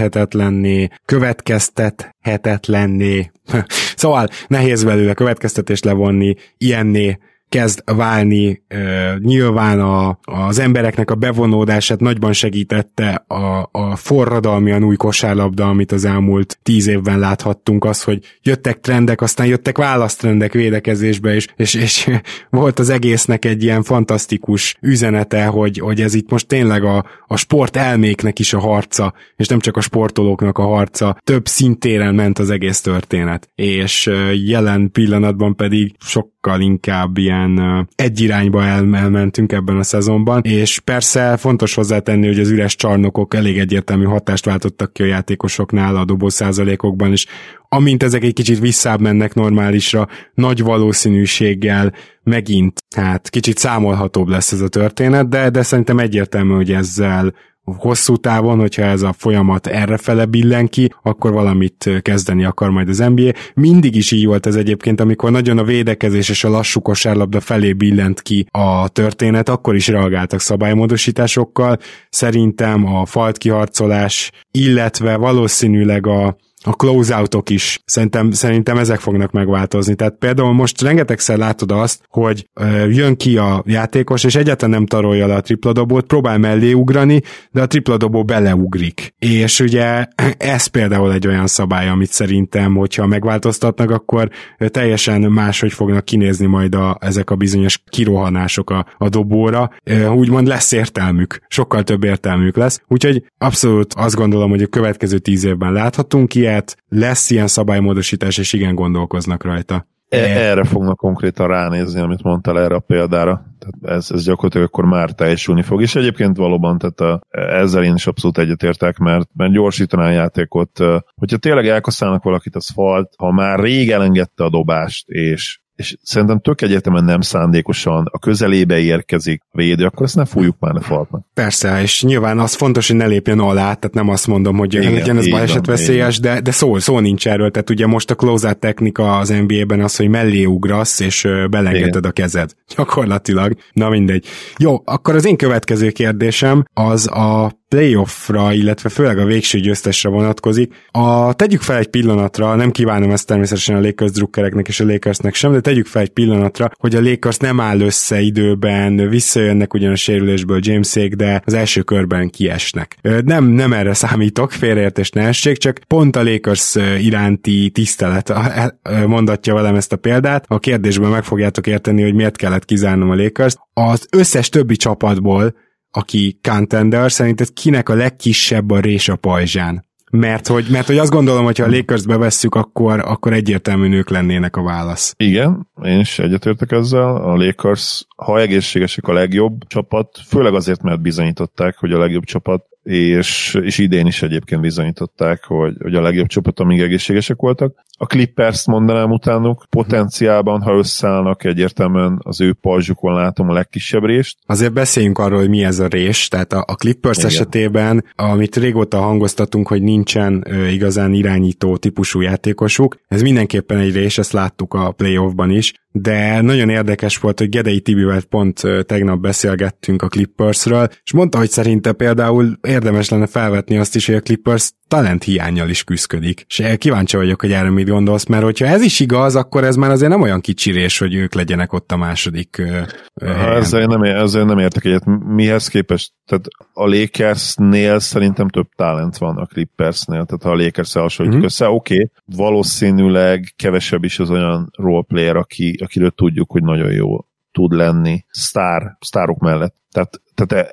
következtethetetlenné. Szóval nehéz belőle következtetést levonni, ilyenné kezd válni, nyilván az embereknek a bevonódását nagyban segítette a forradalmian új kosárlabda, amit az elmúlt 10 évben láthattunk, az, hogy jöttek trendek, aztán jöttek választrendek védekezésbe, és volt az egésznek egy ilyen fantasztikus üzenete, hogy ez itt most tényleg a sport elméknek is a harca, és nem csak a sportolóknak a harca, több szintéren ment az egész történet, és jelen pillanatban pedig sokkal inkább ilyen egy irányba elmentünk ebben a szezonban, és persze fontos hozzátenni, hogy az üres csarnokok elég egyértelmű hatást váltottak ki a játékosoknál a dobószázalékokban, és amint ezek egy kicsit visszább mennek normálisra, nagy valószínűséggel megint, hát kicsit számolhatóbb lesz ez a történet, de szerintem egyértelmű, hogy ezzel hosszú távon, hogyha ez a folyamat errefele billen ki, akkor valamit kezdeni akar majd az NBA. Mindig is így volt ez egyébként, amikor nagyon a védekezés és a lassú kosárlabda felé billent ki a történet, akkor is reagáltak szabálymódosításokkal. Szerintem a falt kiharcolás, illetve valószínűleg a closeoutok is, szerintem ezek fognak megváltozni. Tehát például most rengetegszer látod azt, hogy jön ki a játékos, és egyáltalán nem tarolja le a tripladobót, próbál mellé ugrani, de a tripladobó beleugrik. És ugye ez például egy olyan szabály, amit szerintem, hogyha megváltoztatnak, akkor teljesen máshogy fognak kinézni majd ezek a bizonyos kirohanások a dobóra. Úgymond lesz értelmük, sokkal több értelmük lesz. Úgyhogy abszolút azt gondolom, hogy a következő 10 évben láthatunk ilyet, lesz ilyen szabálymódosítás, és igen, gondolkoznak rajta. Erre fognak konkrétan ránézni, amit mondtál erre a példára. Tehát ez gyakorlatilag akkor már teljesülni fog. És egyébként valóban, tehát ezzel én is abszolút egyetértek, mert gyorsítaná a játékot. Hogyha tényleg elkasszálnak valakit, az falt, ha már rég elengedte a dobást, és szerintem tök egyértelműen nem szándékosan a közelébe érkezik a védő, akkor ezt ne fújjuk már le faltnak. Persze, és nyilván az fontos, hogy ne lépjen alá, tehát nem azt mondom, hogy legyen ez balesetveszélyes, de szó nincs erről, tehát ugye most a closeout technika az NBA-ben az, hogy mellé ugrasz, és belengeded a kezed. Gyakorlatilag. Na mindegy. Jó, akkor az én következő kérdésem az a playoffra, illetve főleg a végső győztesre vonatkozik. Tegyük fel egy pillanatra, nem kívánom ezt természetesen a Lakers drukkereknek és a Lakersnek sem, de tegyük fel egy pillanatra, hogy a Lakers nem áll össze időben, visszajönnek ugyan a sérülésből Jamesék, de az első körben kiesnek. Nem erre számítok, félreértés ne essék, csak pont a Lakers iránti tisztelet mondatja velem ezt a példát. A kérdésben meg fogjátok érteni, hogy miért kellett kizárnom a Lakers. Az összes többi csapatból aki contender, szerinted kinek a legkisebb a rés a pajzsán? Mert hogy azt gondolom, hogy ha a Lakers-be vesszük, akkor egyértelmű ők lennének a válasz. Igen, én is egyetértek ezzel. A Lakers, ha egészségesek, a legjobb csapat, főleg azért, mert bizonyították, hogy a legjobb csapat, és idén is egyébként bizonyították, hogy a legjobb csapat, amíg egészségesek voltak. A Clippers-t mondanám utánuk, potenciálban, ha összeállnak, egyértelműen az ő pajzsukon látom a legkisebb rést. Azért beszéljünk arról, hogy mi ez a rés, tehát a Clippers igen. esetében, amit régóta hangoztatunk, hogy nincsen igazán irányító típusú játékosuk, ez mindenképpen egy rés, ezt láttuk a playoffban is, de nagyon érdekes volt, hogy Gedei Tibivel pont tegnap beszélgettünk a Clippersről, és mondta, hogy szerinte például érdemes lenne felvetni azt is, hogy a Clippers talent hiánnyal is küszködik. És kíváncsi vagyok, hogy erre mit gondolsz, mert hogyha ez is igaz, akkor ez már azért nem olyan kicsirés, hogy ők legyenek ott a második helyen. Ezzel nem értek egyet. Mihez képest? Tehát a Lakersnél szerintem több talent van a Clippersnél, tehát ha a Lakers-el hasonlítjuk össze, oké, valószínűleg kevesebb is az olyan roleplayer, akiről tudjuk, hogy nagyon jó tud lenni sztárok mellett. Tehát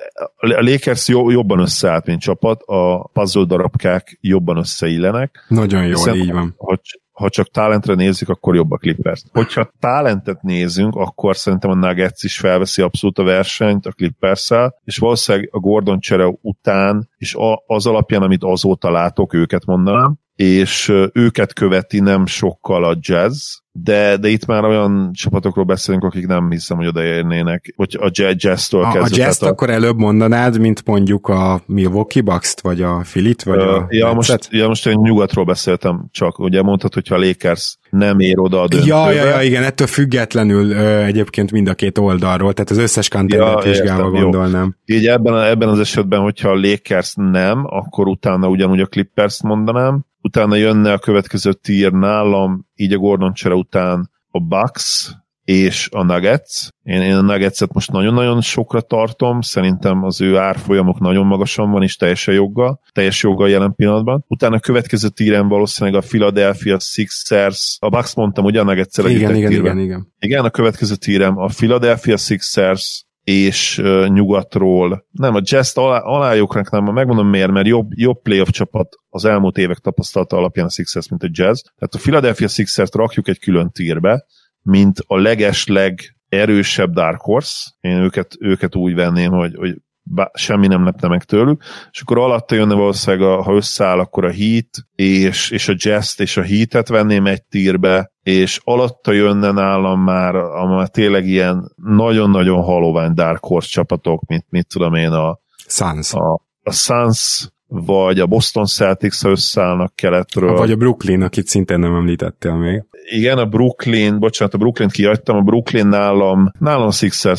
a Lakers jobban összeállt, mint csapat, a puzzle darabkák jobban összeillenek. Nagyon jó, így van. Ha csak talentre nézzük, akkor jobb a Clippers. Hogyha talentet nézünk, akkor szerintem a Nuggets is felveszi abszolút a versenyt a Clippers-szel, és valószínűleg a Gordon csere után, és az alapján, amit azóta látok, őket mondanám, és őket követi nem sokkal a Jazz, de itt már olyan csapatokról beszélünk, akik nem hiszem, hogy odaérnének, vagy a Jazz-től kezdve. A Jazz-t akkor előbb mondanád, mint mondjuk a Milwaukee Bucks-t, vagy a Philly-t, vagy a most én nyugatról beszéltem csak. Ugye mondtad, hogyha a Lakers nem ér oda a döntőbe. Ja, igen, ettől függetlenül egyébként mind a két oldalról, tehát az összes contendert vizsgálva gondolnám. Így ebben az esetben, hogyha a Lakers nem, akkor utána ugyanúgy a Clippers mondanám, utána jönne a következő tier nálam, így a Gordon csere után a Bucks és a Nuggets. Én a Nuggets-et most nagyon-nagyon sokra tartom, szerintem az ő árfolyamok nagyon magasan van, és teljes joggal jelen pillanatban. Utána a következő tieren valószínűleg a Philadelphia Sixers, a Bucks mondtam, ugye a Nuggets-el igen. Igen, a következő tírem a Philadelphia Sixers, és nyugatról, nem, a Jazz-t alájuk nem, megmondom miért, mert jobb playoff csapat az elmúlt évek tapasztalata alapján a Sixers, mint a Jazz. Tehát a Philadelphia Sixers-t rakjuk egy külön tírbe, mint a legesleg erősebb Dark Horse. Én őket úgy venném, hogy semmi nem lepne meg tőlük, és akkor alatta jönne valószínűleg, ha összeáll, akkor a Heat, és a Jazz-t és a Heat-et venném egy tírbe, és alatta jönne nálam már tényleg ilyen nagyon-nagyon halovány Dark Horse csapatok, mint mit tudom én, a Suns. A Suns, vagy a Boston Celtics, ha összeállnak keletről. Vagy a Brooklyn, akit szintén nem említettél még. Igen, a Brooklyn-t kihagytam, a Brooklyn nálam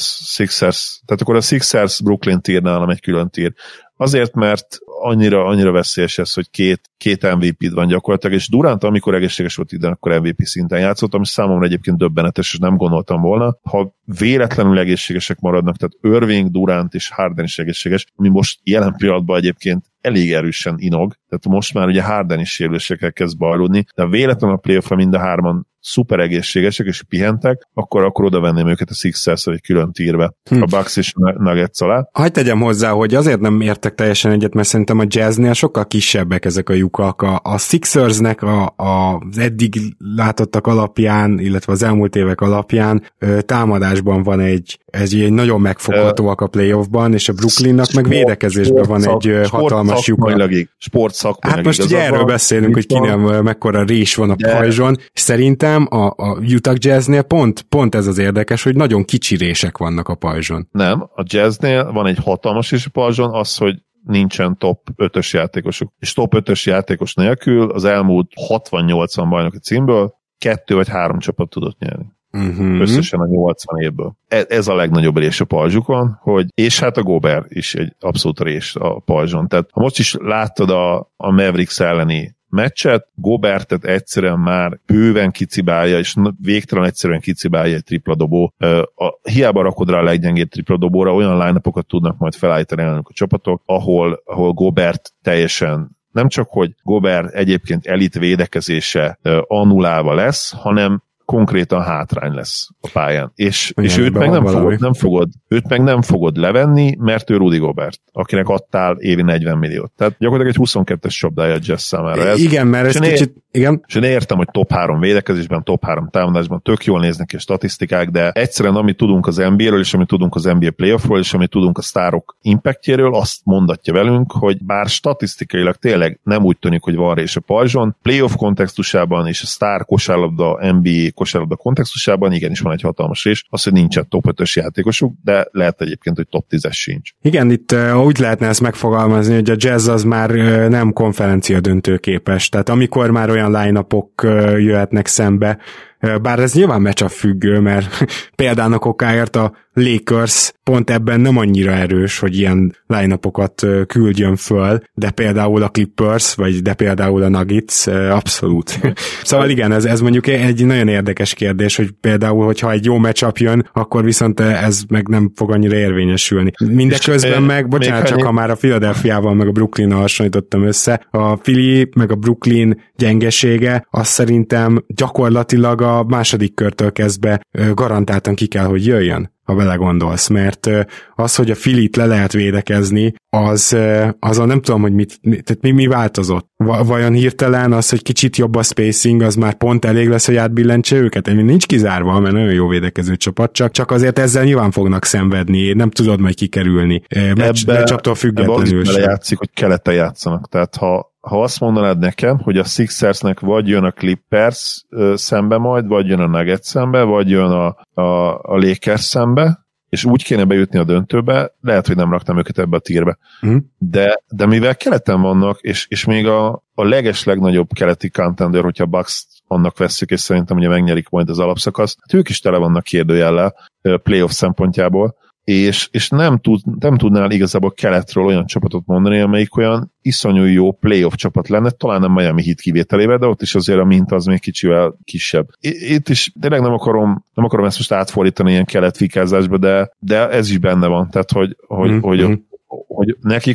Sixers, tehát akkor a Sixers Brooklyn tír nálam egy külön tír. Azért, mert annyira veszélyes ez, hogy két MVP-d van gyakorlatilag, és Durant, amikor egészséges volt idén, akkor MVP szinten játszott, ami számomra egyébként döbbenetes, és nem gondoltam volna. Ha véletlenül egészségesek maradnak, tehát Irving, Durant és Harden is egészséges, ami most jelen pillanatban egyébként elég erősen inog, tehát most már ugye Harden is sérülésekkel kezd bajlódni, de véletlenül a playoffra mind a hárman szuper egészségesek és pihentek, akkor oda venném őket a Sixers-re egy külön tírbe, a Bucks és a Nuggets alá. Hadd tegyem hozzá, hogy azért nem értek teljesen egyet, mert szerintem a Jazznél sokkal kisebbek ezek a lyukak. A Sixersnek az eddig látottak alapján, illetve az elmúlt évek alapján támadásban van egy nagyon megfoghatóak a playoffban, és a Brooklynnak meg védekezésben van egy hatalmas lyuka. Sportszakmailag. Hát most ugye erről beszélünk, hogy kinél mekkora rés van a pajzson, és szerintem a Utah Jazznél pont ez az érdekes, hogy nagyon kicsi rések vannak a pajzson. Nem, a Jazznél van egy hatalmas rés a pajzson, az, hogy nincsen top 5-ös játékosuk. És top 5-ös játékos nélkül az elmúlt 60-80 bajnoki címből 2 vagy 3 csapat tudott nyerni. Összesen a 80 évből. Ez a legnagyobb rés a pajzsukon, és hát a Gobert is egy abszolút rés a pajzson. Tehát ha most is láttad a Mavericks elleni meccset, Gobertet egyszerűen már bőven kicibálja, és végtelen egyszerűen kicibálja egy tripladobó. Hiába rakod rá a leggyengébb tripladobóra, olyan line-upokat tudnak majd felállítani ellenük a csapatok, ahol Gobert teljesen, nem csak, hogy Gobert egyébként elit védekezése annulálva lesz, hanem konkrétan hátrány lesz a pályán. És őt meg nem fogod levenni, mert ő Rudy Gobert, akinek adtál évi 40 milliót. Tehát gyakorlatilag egy 22-es csapdája a Jazz számára ez. Igen, mert ez kicsit... Igen. És én értem, hogy top 3 védekezésben, top 3 támadásban tök jól néznek ki a statisztikák, de egyszerűen amit tudunk az NBA-ről, és amit tudunk az NBA playoffról, és amit tudunk a sztárok impactjéről, azt mondatja velünk, hogy bár statisztikailag tényleg nem úgy tűnik, hogy van rés a pajzson, playoff kontextusában és a sztár kosárlabda, NBA kosárlabda kontextusában igenis van egy hatalmas rés, az, hogy nincsen top 5-ös játékosuk, de lehet egyébként, hogy top 10-es sincs. Igen, itt úgy lehetne ezt megfogalmazni, hogy a Jazz az már nem konferencia döntőképes, tehát amikor már olyan line-upok jöhetnek szembe, bár ez nyilván matchup függő, mert példának okáért a Lakers pont ebben nem annyira erős, hogy ilyen line-upokat küldjön föl, de például a Clippers, vagy de például a Nuggets abszolút. Szóval igen, ez mondjuk egy nagyon érdekes kérdés, hogy például, hogyha egy jó matchup jön, akkor viszont ez meg nem fog annyira érvényesülni. Mindeközben meg, bocsánat, csak ha már a Philadelphiával meg a Brooklynnal hasonlítottam össze, a Philly meg a Brooklyn gyengesége, azt szerintem gyakorlatilag a második körtől kezdve garantáltan ki kell, hogy jöjjön, ha belegondolsz, mert az, hogy a Philit le lehet védekezni, azon nem tudom, hogy mi változott. Vajon hirtelen az, hogy kicsit jobb a spacing, az már pont elég lesz, hogy átbillentse őket? Én nincs kizárva, mert nagyon jó védekező csapat, csak azért ezzel nyilván fognak szenvedni, nem tudod majd kikerülni. Meccsaptól függetlenül sem. Játszik, hogy keleten játszanak, tehát ha azt mondanád nekem, hogy a Sixersnek vagy jön a Clippers szembe majd, vagy jön a Nuggets szembe, vagy jön a Lakers szembe, és úgy kéne bejutni a döntőbe, lehet, hogy nem raktam őket ebbe a tírbe. De mivel keleten vannak, és még a legnagyobb keleti contender, hogyha Bucks annak vesszük, és szerintem ugye megnyerik majd az alapszakaszt, hát ők is tele vannak kérdőjellel playoff szempontjából, és nem tudnál igazából keletről olyan csapatot mondani, amelyik olyan iszonyú jó playoff csapat lenne, talán nem Miami Heat kivételével, de ott is azért a minta az még kicsivel kisebb. Itt is tényleg nem akarom ezt most átfordítani ilyen keletfikázásba, de ez is benne van, tehát hogy nekik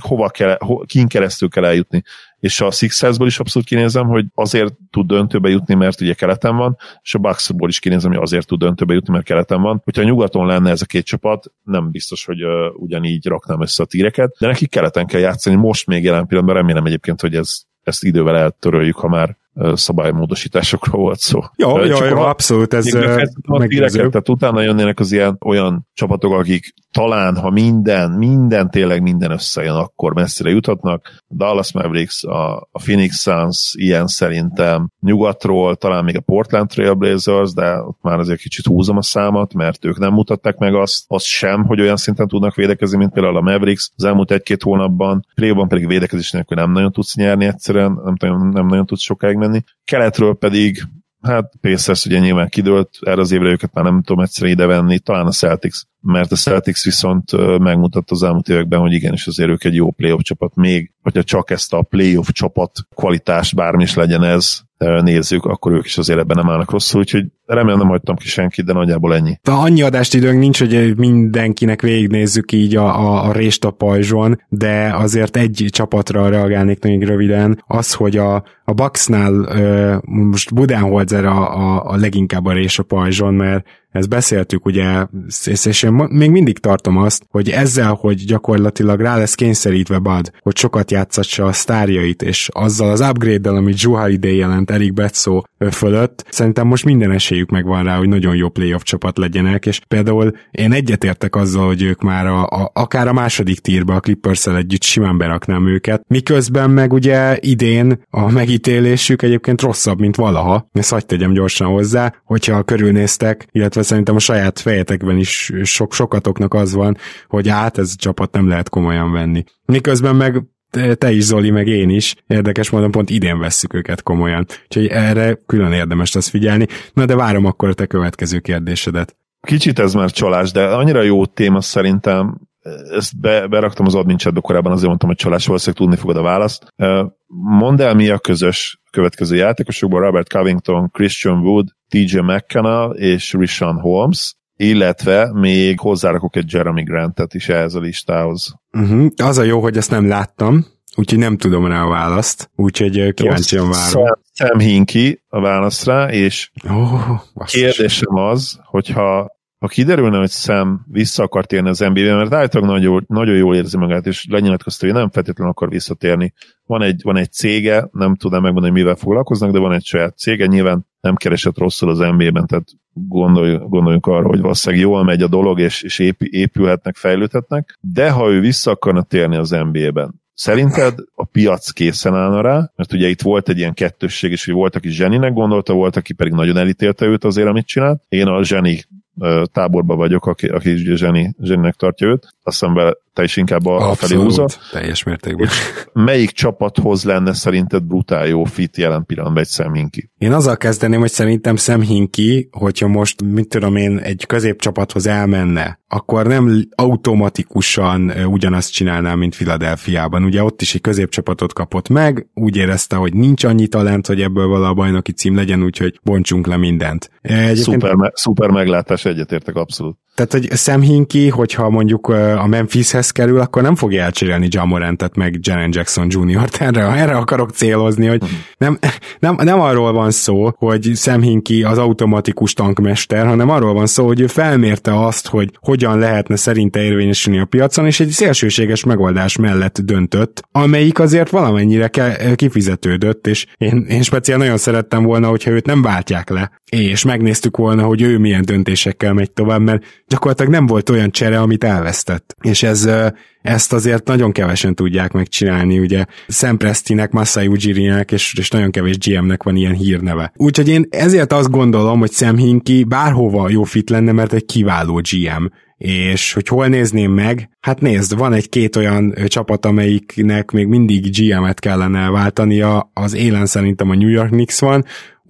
kin keresztül kell eljutni. És a Sixersből is abszolút kinézem, hogy azért tud döntőbe jutni, mert ugye keleten van, és a Bucksból is kinézem, hogy azért tud döntőbe jutni, mert keleten van. Hogyha nyugaton lenne ez a két csapat, nem biztos, hogy ugyanígy raknám össze a tíreket, de nekik keleten kell játszani, most még jelen pillanatban, remélem egyébként, hogy ezt idővel eltöröljük, ha már szabálymódosításokról volt szó. Jó, abszolút, ez meggyőző. Tehát utána jönnének az olyan csapatok, akik talán, ha minden tényleg minden összejön, akkor messzire juthatnak. Dallas Mavericks, a Phoenix Suns, ilyen szerintem nyugatról, talán még a Portland Trail Blazers, de ott már azért kicsit húzom a számat, mert ők nem mutatták meg azt sem, hogy olyan szinten tudnak védekezni, mint például a Mavericks az elmúlt 1-2 hónapban. Play-ban pedig védekezés nélkül nem nagyon tudsz nyerni egyszerűen, nem nagyon tudsz sokáig menni. Keletről pedig, hát Pacers ugye nyilván kidőlt, erre az évre őket már nem tudom egyszerűen idevenni, talán a Celtics, mert a Celtics viszont megmutatta az elmúlt években, hogy igenis azért ők egy jó playoff csapat, még hogyha csak ezt a playoff csapat kvalitást, bármi is legyen ez, nézzük, akkor ők is azért ebben nem állnak rosszul, úgyhogy remélem nem hagytam ki senkit, de nagyjából ennyi. De annyi adást időnk nincs, hogy mindenkinek végignézzük így a rést a pajzson, de azért egy csapatra reagálnék nagyon röviden. Az, hogy a Bucksnál most Budenholzer a leginkább a rés a pajzson, mert ezt beszéltük, ugye, és én még mindig tartom azt, hogy ezzel, hogy gyakorlatilag rá lesz kényszerítve Bud, hogy sokat játszatsa a sztárjait, és azzal az upgrade-del, amit Drew Holiday jelent Eric Bledsoe fölött, szerintem most minden esélyük megvan rá, hogy nagyon jó playoff csapat legyenek, és például én egyetértek azzal, hogy ők már akár a második tírbe a Clippers-szel együtt simán beraknám őket, miközben meg ugye idén a megítélésük egyébként rosszabb, mint valaha, ezt hadd tegyem gyorsan hozzá, hogyha körülnéztek, illetve szerintem a saját fejetekben is sokatoknak az van, hogy ez a csapat nem lehet komolyan venni. Miközben meg te is, Zoli, meg én is, érdekes módon pont idén vesszük őket komolyan. Úgyhogy erre külön érdemes lesz figyelni. Na de várom akkor a te következő kérdésedet. Kicsit ez már csalás, de annyira jó téma szerintem, ezt beraktam az admin chatbe korábban, azért mondtam, hogy csalás, valószínűleg tudni fogod a választ. Mondd el, mi a közös következő játékosokban: Robert Covington, Christian Wood, TJ McConnell és Richaun Holmes, illetve még hozzárakok egy Jeremy Grantet is ehhez a listához. Az a jó, hogy ezt nem láttam, úgyhogy nem tudom rá a választ, úgyhogy kíváncsian várom. Sam Hinkie a válasz rá, és kérdésem az, hogyha kiderülne, hogy Sam vissza akar térni az NBA-be, mert állítólag nagyon jól érzi magát, és lenyilatkozta, hogy nem feltétlenül akar visszatérni. Van egy cége, nem tudom megmondani, hogy mivel foglalkoznak, de van egy saját cége, nyilván nem keresett rosszul az NBA-ben, tehát gondoljunk arra, hogy valószínűleg jól megy a dolog, és épülhetnek, fejlődhetnek, de ha ő vissza akarna térni az NBA-ben, szerinted a piac készen állna rá? Mert ugye itt volt egy ilyen kettősség, és hogy volt, aki zseninek gondolta, volt, aki pedig nagyon elítélte őt azért, amit csinált. Én a zseni táborban vagyok, aki zseninek tartja őt. Azt hiszem, te is inkább a felé húzol. Teljes mértékben. Melyik csapathoz lenne szerinted brutál jó fit jelen pillanatban egy Sam Hinkie? Én azzal kezdeném, hogy szerintem Sam Hinkie, hogyha most, mit tudom én, egy középcsapathoz elmenne, akkor nem automatikusan ugyanazt csinálná, mint Philadelphiában. Ugye ott is egy középcsapatot kapott meg, úgy érezte, hogy nincs annyi talent, hogy ebből vala a bajnoki cím legyen, úgyhogy bontsunk le mindent. Szuper meglátás, egyetértek abszolút. Tehát, hogy Sam Hinkie, hogyha mondjuk a Memphishez kerül, akkor nem fogja elcserélni Ja Morantet meg Jaren Jackson Jr.-t. Erre akarok célozni, hogy nem arról van szó, hogy Sam Hinkie az automatikus tankmester, hanem arról van szó, hogy ő felmérte azt, hogy hogyan lehetne szerinte érvényesülni a piacon, és egy szélsőséges megoldás mellett döntött, amelyik azért valamennyire kifizetődött, és én speciál nagyon szerettem volna, hogyha őt nem váltják le, és megnéztük volna, hogy ő milyen döntésekkel megy tovább, mert gyakorlatilag nem volt olyan csere, amit elvesztett. És ezt azért nagyon kevesen tudják megcsinálni, ugye Sam Prestinek, Masai Ujirinek és nagyon kevés GM-nek van ilyen hírneve. Úgyhogy én ezért azt gondolom, hogy Sam Hinkie bárhova jó fit lenne, mert egy kiváló GM. És hogy hol nézném meg? Hát nézd, van egy-két olyan csapat, amelyiknek még mindig GM-et kellene váltania, az élen szerintem a New York Knicks van,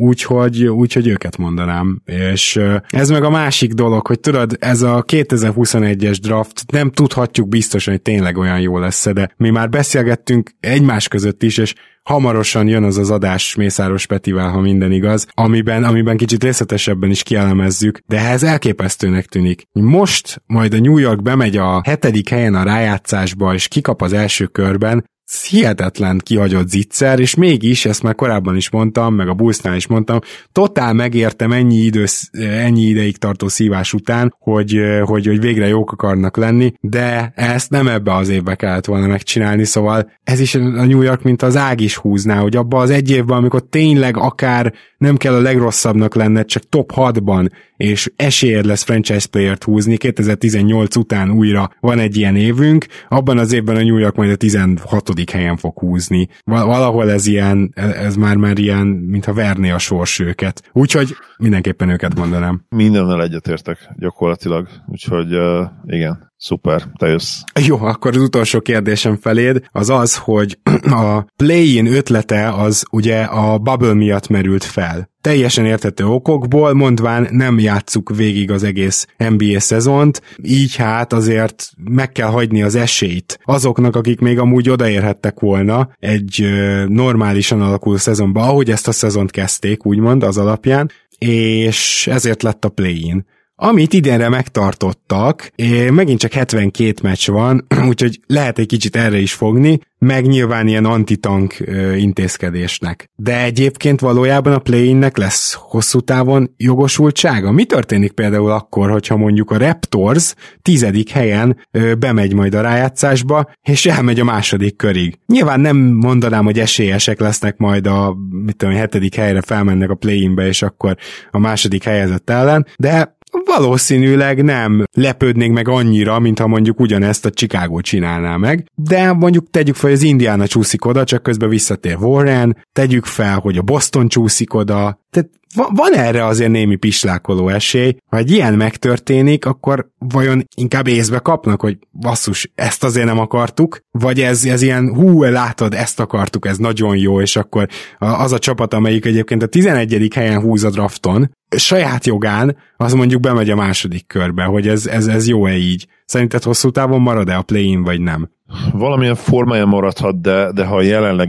úgyhogy őket mondanám. És ez meg a másik dolog, hogy tudod, ez a 2021-es draft, nem tudhatjuk biztosan, hogy tényleg olyan jó lesz, de mi már beszélgettünk egymás között is, és hamarosan jön az adás Mészáros Petivel, ha minden igaz, amiben kicsit részletesebben is kielemezzük, de ez elképesztőnek tűnik. Most majd a New York bemegy a 7. helyen a rájátszásba, és kikap az első körben, hihetetlen kihagyott zicser, és mégis, ezt már korábban is mondtam, meg a Bullsnál is mondtam, totál megértem ennyi ideig tartó szívás után, hogy végre jók akarnak lenni, de ezt nem ebbe az évbe kellett volna megcsinálni, szóval ez is a New York, mint az ág is húzná, hogy abba az egy évben, amikor tényleg akár nem kell a legrosszabbnak lenned, csak top 6-ban, és esélyed lesz franchise playert húzni, 2018 után újra van egy ilyen évünk, abban az évben a New York majd a 16. helyen fog húzni. Valahol ez már ilyen, mintha verné a sors őket. Úgyhogy mindenképpen őket mondanám. Mindennel egyetértek gyakorlatilag, úgyhogy igen. Szuper, te jössz. Jó, akkor az utolsó kérdésem feléd az, hogy a play-in ötlete az ugye a bubble miatt merült fel. Teljesen érthető okokból, mondván nem játsszuk végig az egész NBA szezont, így hát azért meg kell hagyni az esélyt azoknak, akik még amúgy odaérhettek volna egy normálisan alakuló szezonba, ahogy ezt a szezont kezdték, úgymond az alapján, és ezért lett a play-in. Amit idénre megtartottak, megint csak 72 meccs van, úgyhogy lehet egy kicsit erre is fogni, meg nyilván ilyen antitank intézkedésnek. De egyébként valójában a play-innek lesz hosszú távon jogosultsága. Mi történik például akkor, hogyha mondjuk a Raptors 10. helyen bemegy majd a rájátszásba, és elmegy a második körig. Nyilván nem mondanám, hogy esélyesek lesznek majd a 7. helyre felmennek a play-inbe, és akkor a második helyezett ellen, de valószínűleg nem lepődnénk meg annyira, mintha mondjuk ugyanezt a Chicago csinálná meg, de mondjuk tegyük fel, hogy az Indiana csúszik oda, csak közben visszatér Warren, tegyük fel, hogy a Boston csúszik oda, tehát van erre azért némi pislákoló esély, ha egy ilyen megtörténik, akkor vajon inkább észbe kapnak, hogy basszus, ezt azért nem akartuk, vagy ez ilyen, látod, ezt akartuk, ez nagyon jó, és akkor az a csapat, amelyik egyébként a 11. helyen húz a drafton, saját jogán, az mondjuk bemegy a második körbe, hogy ez jó-e így. Szerinted hosszú távon marad-e a play-in, vagy nem? Valamilyen formája maradhat, de ha a jelenlegi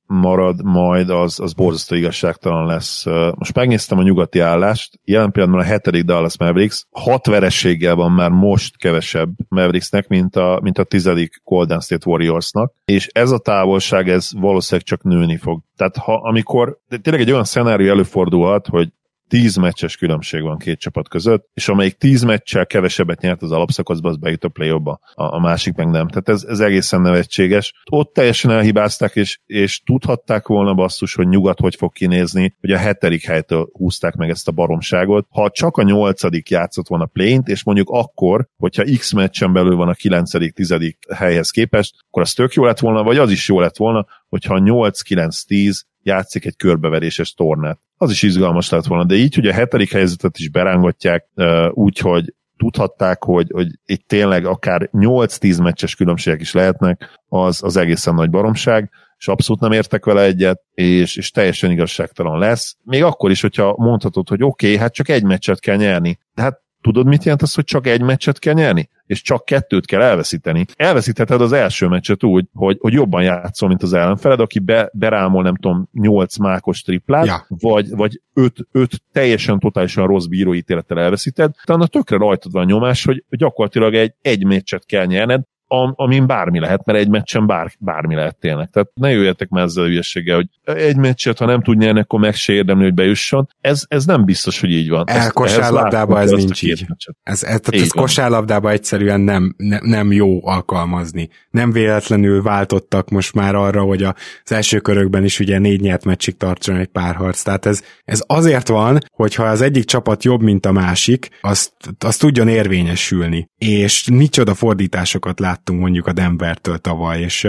marad majd, az borzasztó igazságtalan lesz. Most megnéztem a nyugati állást, jelen pillanatban a 7. Dallas Mavericks 6 vereséggel van már most kevesebb Mavericksnek, mint a 10. Golden State Warriorsnak, és ez a távolság, ez valószínűleg csak nőni fog. Tehát amikor tényleg egy olyan szenárió előfordulhat, hogy 10 meccses különbség van két csapat között, és amelyik 10 meccsel kevesebbet nyert az alapszakaszba, az bejut a play-offba, a másik meg nem. Tehát ez egészen nevetséges. Ott teljesen elhibázták, és tudhatták volna basszus, hogy nyugat hogy fog kinézni, hogy a 7. helytől húzták meg ezt a baromságot. Ha csak a 8. játszott volna play-int, és mondjuk akkor, hogyha X meccsen belül van a 9., 10. helyhez képest, akkor az tök jó lett volna, vagy az is jó lett volna, hogyha 8, 9, 10 játszik egy körbeveréses tornát. Az is izgalmas lett volna, de így, hogy a 7. helyzetet is berángatják, úgyhogy tudhatták, hogy itt tényleg akár 8-10 meccses különbségek is lehetnek, az egészen nagy baromság, és abszolút nem értek vele egyet, és teljesen igazságtalan lesz. Még akkor is, hogyha mondhatod, hogy oké, hát csak egy meccset kell nyerni. De hát tudod, mit jelent az, hogy csak egy meccset kell nyerni? És csak 2 kell elveszíteni. Elveszítheted az első meccset úgy, hogy jobban játszol, mint az ellenfeled, aki berámol, nem tudom, 8 mákos triplát, ja. vagy 5 teljesen totálisan rossz bíróítélettel elveszíted, utána tökre rajtad van nyomás, hogy gyakorlatilag egy meccset kell nyerned, amin bármi lehet, mert egy meccsen bármi lehet tényleg. Tehát ne jöjjetek már ezzel a hülyességgel, hogy egy meccset, ha nem tud nyerni, akkor meg se érdemli, hogy bejusson. Ez nem biztos, hogy így van. Kosárlabdában ez nincs így. Ez kosárlabdában egyszerűen nem jó alkalmazni. Nem véletlenül váltottak most már arra, hogy az első körökben is ugye 4 nyert meccsig tartson egy párharc. Tehát ez azért van, hogyha az egyik csapat jobb, mint a másik, azt tudjon érvényesülni. És micsoda fordításokat láttunk mondjuk a Denvertől tavaly, és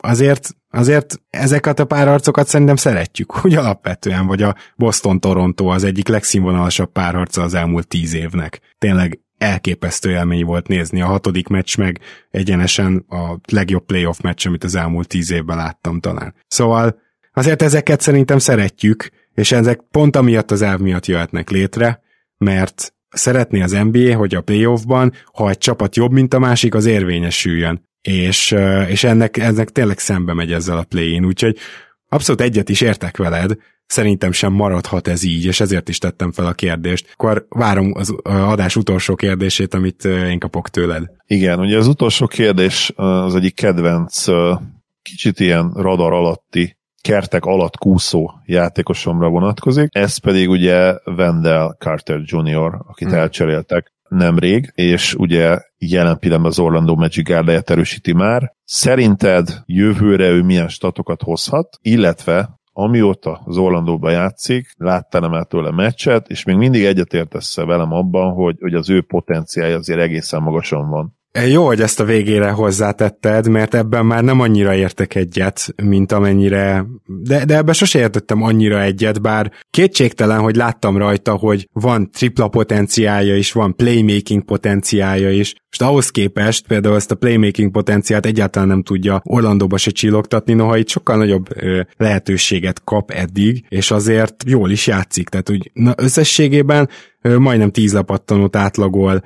azért ezeket a párharcokat szerintem szeretjük, úgy alapvetően, vagy a Boston-Toronto az egyik legszínvonalasabb párharca az elmúlt 10 évnek. Tényleg elképesztő élmény volt nézni. A 6. meccs meg egyenesen a legjobb playoff meccs, amit az elmúlt 10 évben láttam talán. Szóval azért ezeket szerintem szeretjük, és ezek pont amiatt az elv miatt jöhetnek létre, mert szeretné az NBA, hogy a playoffban, ha egy csapat jobb, mint a másik, az érvényesüljön. És ennek tényleg szembe megy ezzel a play-in, úgyhogy abszolút egyet is értek veled, szerintem sem maradhat ez így, és ezért is tettem fel a kérdést. Akkor várom az adás utolsó kérdését, amit én kapok tőled. Igen, ugye az utolsó kérdés az egyik kedvenc, kicsit ilyen radar alatti, kertek alatt kúszó játékosomra vonatkozik, ez pedig ugye Wendell Carter Jr., akit elcseréltek nemrég, és ugye jelen pillanatban az Orlando Magic gárdáját erősíti már. Szerinted jövőre ő milyen statokat hozhat, illetve amióta az Orlandóban játszik, láttál el tőle meccset, és még mindig egyetértesz velem abban, hogy az ő potenciálja azért egészen magasan van. Jó, hogy ezt a végére hozzátetted, mert ebben már nem annyira értek egyet, mint amennyire, de ebben sose értettem annyira egyet, bár kétségtelen, hogy láttam rajta, hogy van tripla potenciálja is, van playmaking potenciálja is. Most ahhoz képest például ezt a playmaking potenciált egyáltalán nem tudja Orlandóba se csillogtatni, noha itt sokkal nagyobb lehetőséget kap eddig, és azért jól is játszik. Tehát úgy összességében majdnem 10 lapattanót átlagol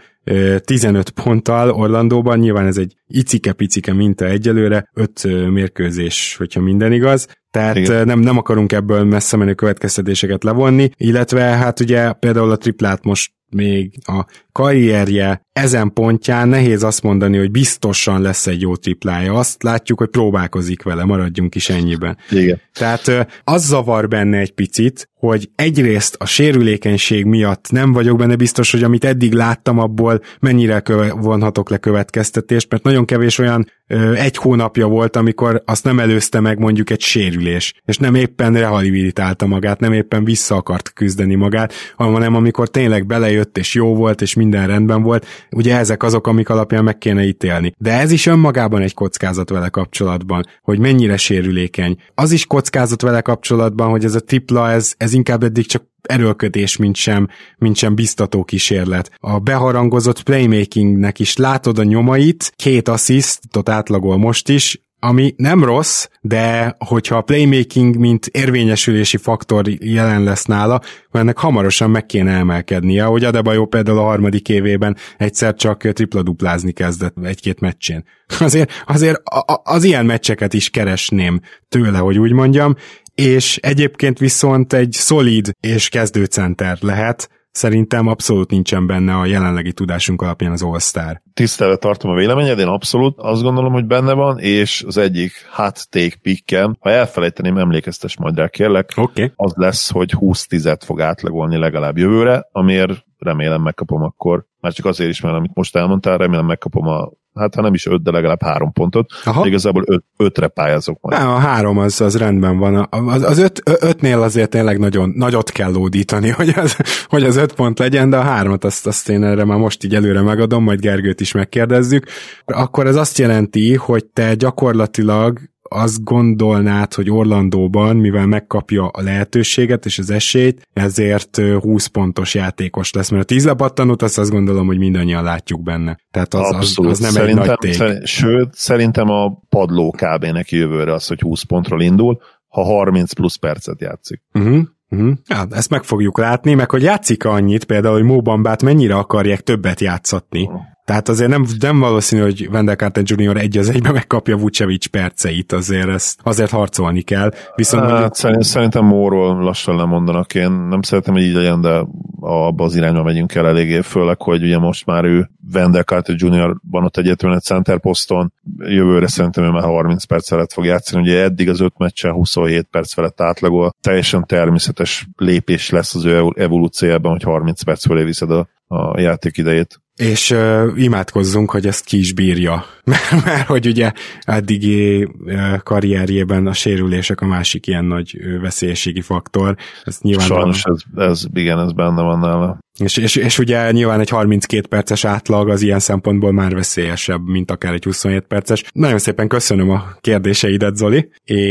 15 ponttal Orlandóban, nyilván ez egy icike-picike minta egyelőre, 5 mérkőzés, hogyha minden igaz, tehát nem akarunk ebből messze menő következtetéseket levonni, illetve hát ugye például a triplát most még a karrierje ezen pontján nehéz azt mondani, hogy biztosan lesz egy jó triplája. Azt látjuk, hogy próbálkozik vele, maradjunk is ennyiben. Igen. Tehát az zavar benne egy picit, hogy egyrészt a sérülékenység miatt nem vagyok benne biztos, hogy amit eddig láttam, abból mennyire vonhatok le következtetést, mert nagyon kevés olyan 1 hónapja volt, amikor azt nem előzte meg mondjuk egy sérülés, és nem éppen rehabilitálta magát, nem éppen vissza akart küzdeni magát, hanem amikor tényleg belejött, és jó volt, és minden rendben volt, ugye ezek azok, amik alapján meg kéne ítélni. De ez is önmagában egy kockázat vele kapcsolatban, hogy mennyire sérülékeny. Az is kockázat vele kapcsolatban, hogy ez a tripla, ez inkább eddig csak erőlködés, mint sem biztató kísérlet. A beharangozott playmakingnek is látod a nyomait, 2 asszisztot átlagol most is, ami nem rossz, de hogyha a playmaking, mint érvényesülési faktor jelen lesz nála, ennek hamarosan meg kéne emelkednie, ahogy Adebayo például a harmadik évében egyszer csak tripla-duplázni kezdett egy-két meccsén. Azért az ilyen meccseket is keresném tőle, hogy úgy mondjam, és egyébként viszont egy szolid és kezdőcenter lehet. Szerintem abszolút nincsen benne a jelenlegi tudásunk alapján az All-Star. Tiszteletben tartom a véleményed, én abszolút azt gondolom, hogy benne van, és az egyik hot take pickem, ha elfelejteném, emlékeztes majd rá, kérlek, az lesz, hogy 20-10-et fog átlagolni legalább jövőre, amiért remélem megkapom akkor, már csak azért is, mert amit most elmondtál, remélem megkapom ha nem is 5, de legalább 3 pontot. De igazából 5-re pályázok majd. A 3 az rendben van. Az 5-nél azért tényleg nagyon nagyot kell lódítani, hogy az 5 pont legyen, de a 3-at azt én erre már most így előre megadom, majd Gergőt is megkérdezzük. Akkor ez azt jelenti, hogy te gyakorlatilag azt gondolnád, hogy Orlandóban, mivel megkapja a lehetőséget és az esélyt, ezért 20 pontos játékos lesz, mert a 10 lepattanót azt gondolom, hogy mindannyian látjuk benne. Tehát az nem szerintem, egy nagy ték. Sőt, szerintem a padló kb. Neki jövőre az, hogy 20 pontról indul, ha 30 plusz percet játszik. Ja, ezt meg fogjuk látni, meg hogy játszik annyit, például, hogy Mo Bambát mennyire akarják többet játszatni. Tehát azért nem valószínű, hogy Wendell Carter Jr. 1-1-ben megkapja Vucevic perceit, azért harcolni kell. Viszont szerintem Móról lassan lemondanak, én nem szeretem, hogy így legyen, de abba az irányba megyünk el eléggé, főleg, hogy ugye most már ő Wendell Carter Jr. van ott egyetlen egy center poszton, jövőre szerintem ő már 30 perc felett fog játszani, ugye eddig az 5 meccsen 27 perc felett átlagol, teljesen természetes lépés lesz az ő evolúciójában, hogy 30 perc fölé viszed a játék idejét. És imádkozzunk, hogy ezt ki is bírja, mert hogy ugye eddigi karrierjében a sérülések a másik ilyen nagy veszélyességi faktor. Sajnos ez benne van nála. És ugye nyilván egy 32 perces átlag az ilyen szempontból már veszélyesebb, mint akár egy 27 perces. Nagyon szépen köszönöm a kérdéseidet, Zoli,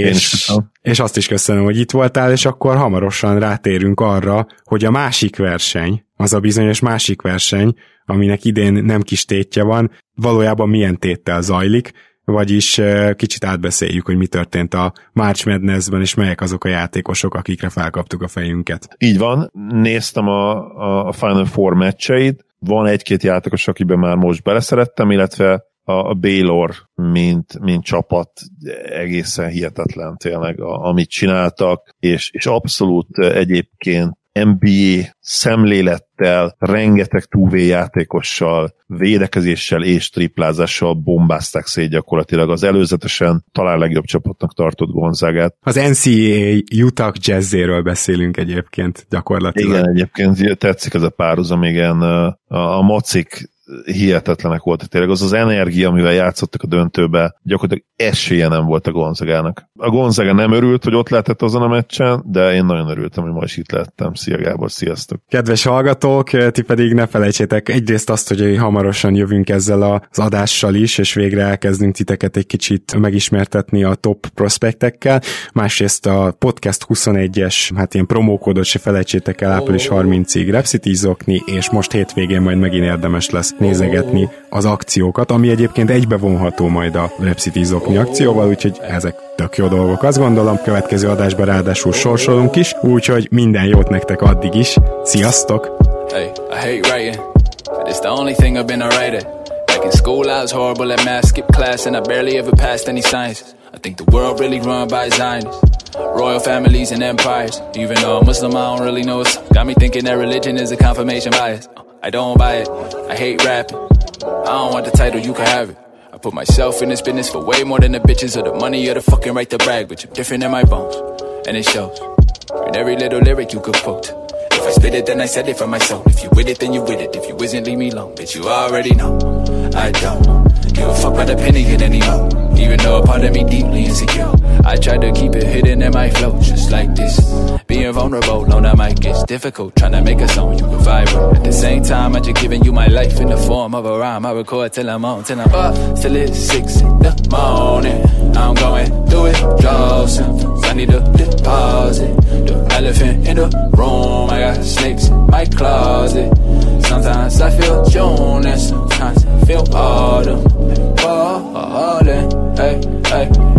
és azt is köszönöm, hogy itt voltál, és akkor hamarosan rátérünk arra, hogy a másik verseny, az a bizonyos másik verseny, aminek idén nem kis tétje van, valójában milyen téttel zajlik, vagyis kicsit átbeszéljük, hogy mi történt a March Madness-ben, és melyek azok a játékosok, akikre felkaptuk a fejünket. Így van, néztem a Final Four meccseit, van egy-két játékos, akiben már most beleszerettem, illetve a Baylor, mint csapat egészen hihetetlen tényleg, amit csináltak, és abszolút egyébként NBA szemlélettel, rengeteg 2V játékossal, védekezéssel és triplázással bombázták szét gyakorlatilag az előzetesen talán legjobb csapatnak tartott Gonzagát. Az NCAA Utah Jazzéről beszélünk egyébként gyakorlatilag. Igen, egyébként tetszik ez a párhuzam, igen, a mocik hihetetlenek voltak tényleg. Az energia, amivel játszottak a döntőbe, gyakorlatilag esélye nem volt a Gonzagának. A Gonzaga nem örült, hogy ott lehetett azon a meccsen, de én nagyon örültem, hogy ma is itt lettem. Szia Gábor, sziasztok! Kedves hallgatók, ti pedig ne felejtsétek egyrészt azt, hogy hamarosan jövünk ezzel az adással is, és végre elkezdünk titeket egy kicsit megismertetni a top prospektekkel. Másrészt a Podcast 21-es, ilyen promókódot se felejtsétek el április 30-ig repcitizokni, és most hétvégén majd megint érdemes lesz nézegetni az akciókat, ami egyébként egybevonható majd a repcitizokni akcióval, úgyhogy ezek tök jó dolgok. Azt gondolom, következő adásban ráadásul sorsolunk is, úgyhogy minden jót nektek addig is. Sziasztok! Hey, I hate writing, but it's the only thing I've been a writer. Back in school I was horrible at math, skipped class and I barely ever passed any sciences. I think the world really run by Zionists, royal families and empires. Even though I'm Muslim, I don't really know it's got me thinking that religion is a confirmation bias. I don't buy it, I hate rapping, I don't want the title, you can have it. I put myself in this business for way more than the bitches or the money or the fucking right to brag. But you're different in my bones, and it shows. In every little lyric you could quote. If I spit it, then I said it for my soul. If you with it, then you with it. If you isn't, leave me alone. Bitch, you already know. I don't give a fuck about opinion anymore. Even though a part of me deeply insecure, I try to keep it hidden in my flow, just like this. Being vulnerable on the mic is difficult. Trying to make a song you can vibe. At the same time, I'm just giving you my life in the form of a rhyme. I record till I'm on, till I'm up. Till it's 6 in the morning. I'm going through it, draw something. I need to deposit the elephant in the room. I got snakes in my closet. Sometimes I feel June and sometimes I feel autumn. Falling, hey, hey.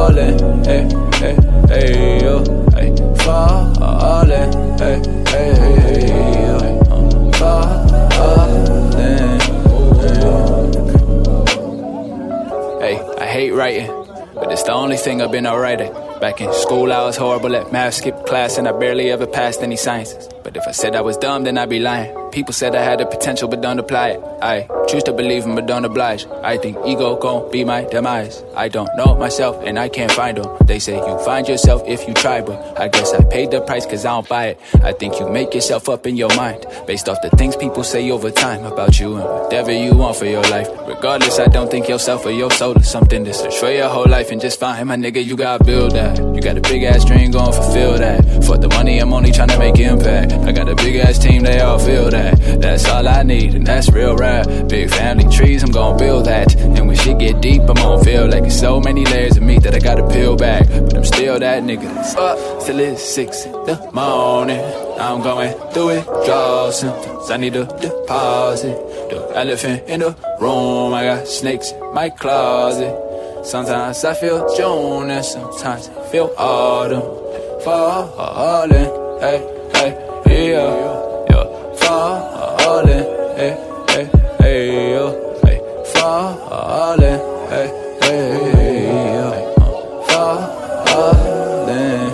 falling, hey, hey, hey, yo, hey, falling, hey, hey, hey, yo, falling. Hey, I hate writing, but it's the only thing I've been alright at. Back in school I was horrible at math, skipped class and I barely ever passed any sciences. But if I said I was dumb then I'd be lying. People said I had the potential but don't apply it. I choose to believe them but don't oblige. I think ego gon' be my demise. I don't know myself and I can't find them. They say you find yourself if you try, but I guess I paid the price cause I don't buy it. I think you make yourself up in your mind based off the things people say over time about you and whatever you want for your life. Regardless, I don't think yourself or your soul is something to destroy your whole life and just fine. My nigga, you gotta build that. You got a big ass dream, gon' fulfill that. For the money, I'm only tryna make impact. I got a big ass team, they all feel that. That's all I need, and that's real rap. Big family trees, I'm gon' build that. And when shit get deep, I'm gon' feel like it's so many layers of me that I gotta peel back. But I'm still that nigga that's up till it's 6 in the morning. I'm going through it, draw symptoms. I need a deposit. The elephant in the room, I got snakes in my closet. Sometimes I feel June and sometimes I feel autumn. Falling, hey, hey, yeah, yeah. Falling, hey, hey, hey, yo, hey. Falling, hey, hey, yo. Falling,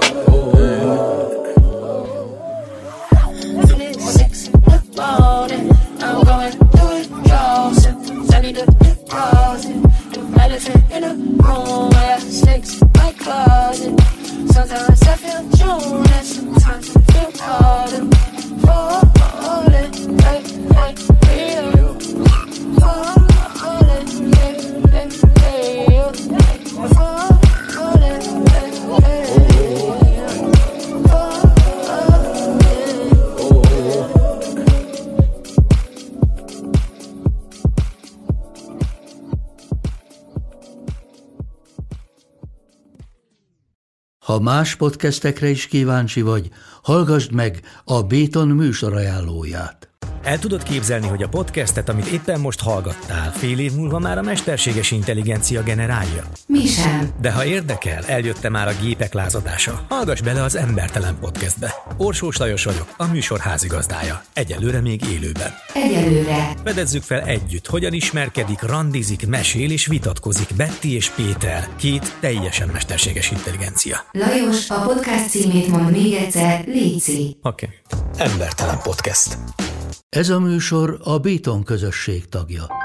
Till it's 6 in the morning, I'm going through it, draw symptoms. I need a deposit. Elephant in a room, I got snakes in my closet. Sometimes I feel June and sometimes I feel autumn. Falling, hey, hey, hey, yo. Falling, hey, hey, hey, yo. Falling, hey, hey, yo. Ha más podcastekre is kíváncsi vagy, hallgassd meg a Béton műsor ajánlóját. El tudod képzelni, hogy a podcastet, amit éppen most hallgattál, fél év múlva már a mesterséges intelligencia generálja? Mi sem. De ha érdekel, eljött már a gépek lázadása. Hallgass bele az Embertelen Podcastbe. Orsós Lajos vagyok, a műsor házigazdája. Egyelőre még élőben. Egyelőre. Fedezzük fel együtt, hogyan ismerkedik, randizik, mesél és vitatkozik Betty és Péter, két teljesen mesterséges intelligencia. Lajos, a podcast címét mond még egyszer, léci. Oké. Embertelen Podcast. Ez a műsor a Béton közösség tagja.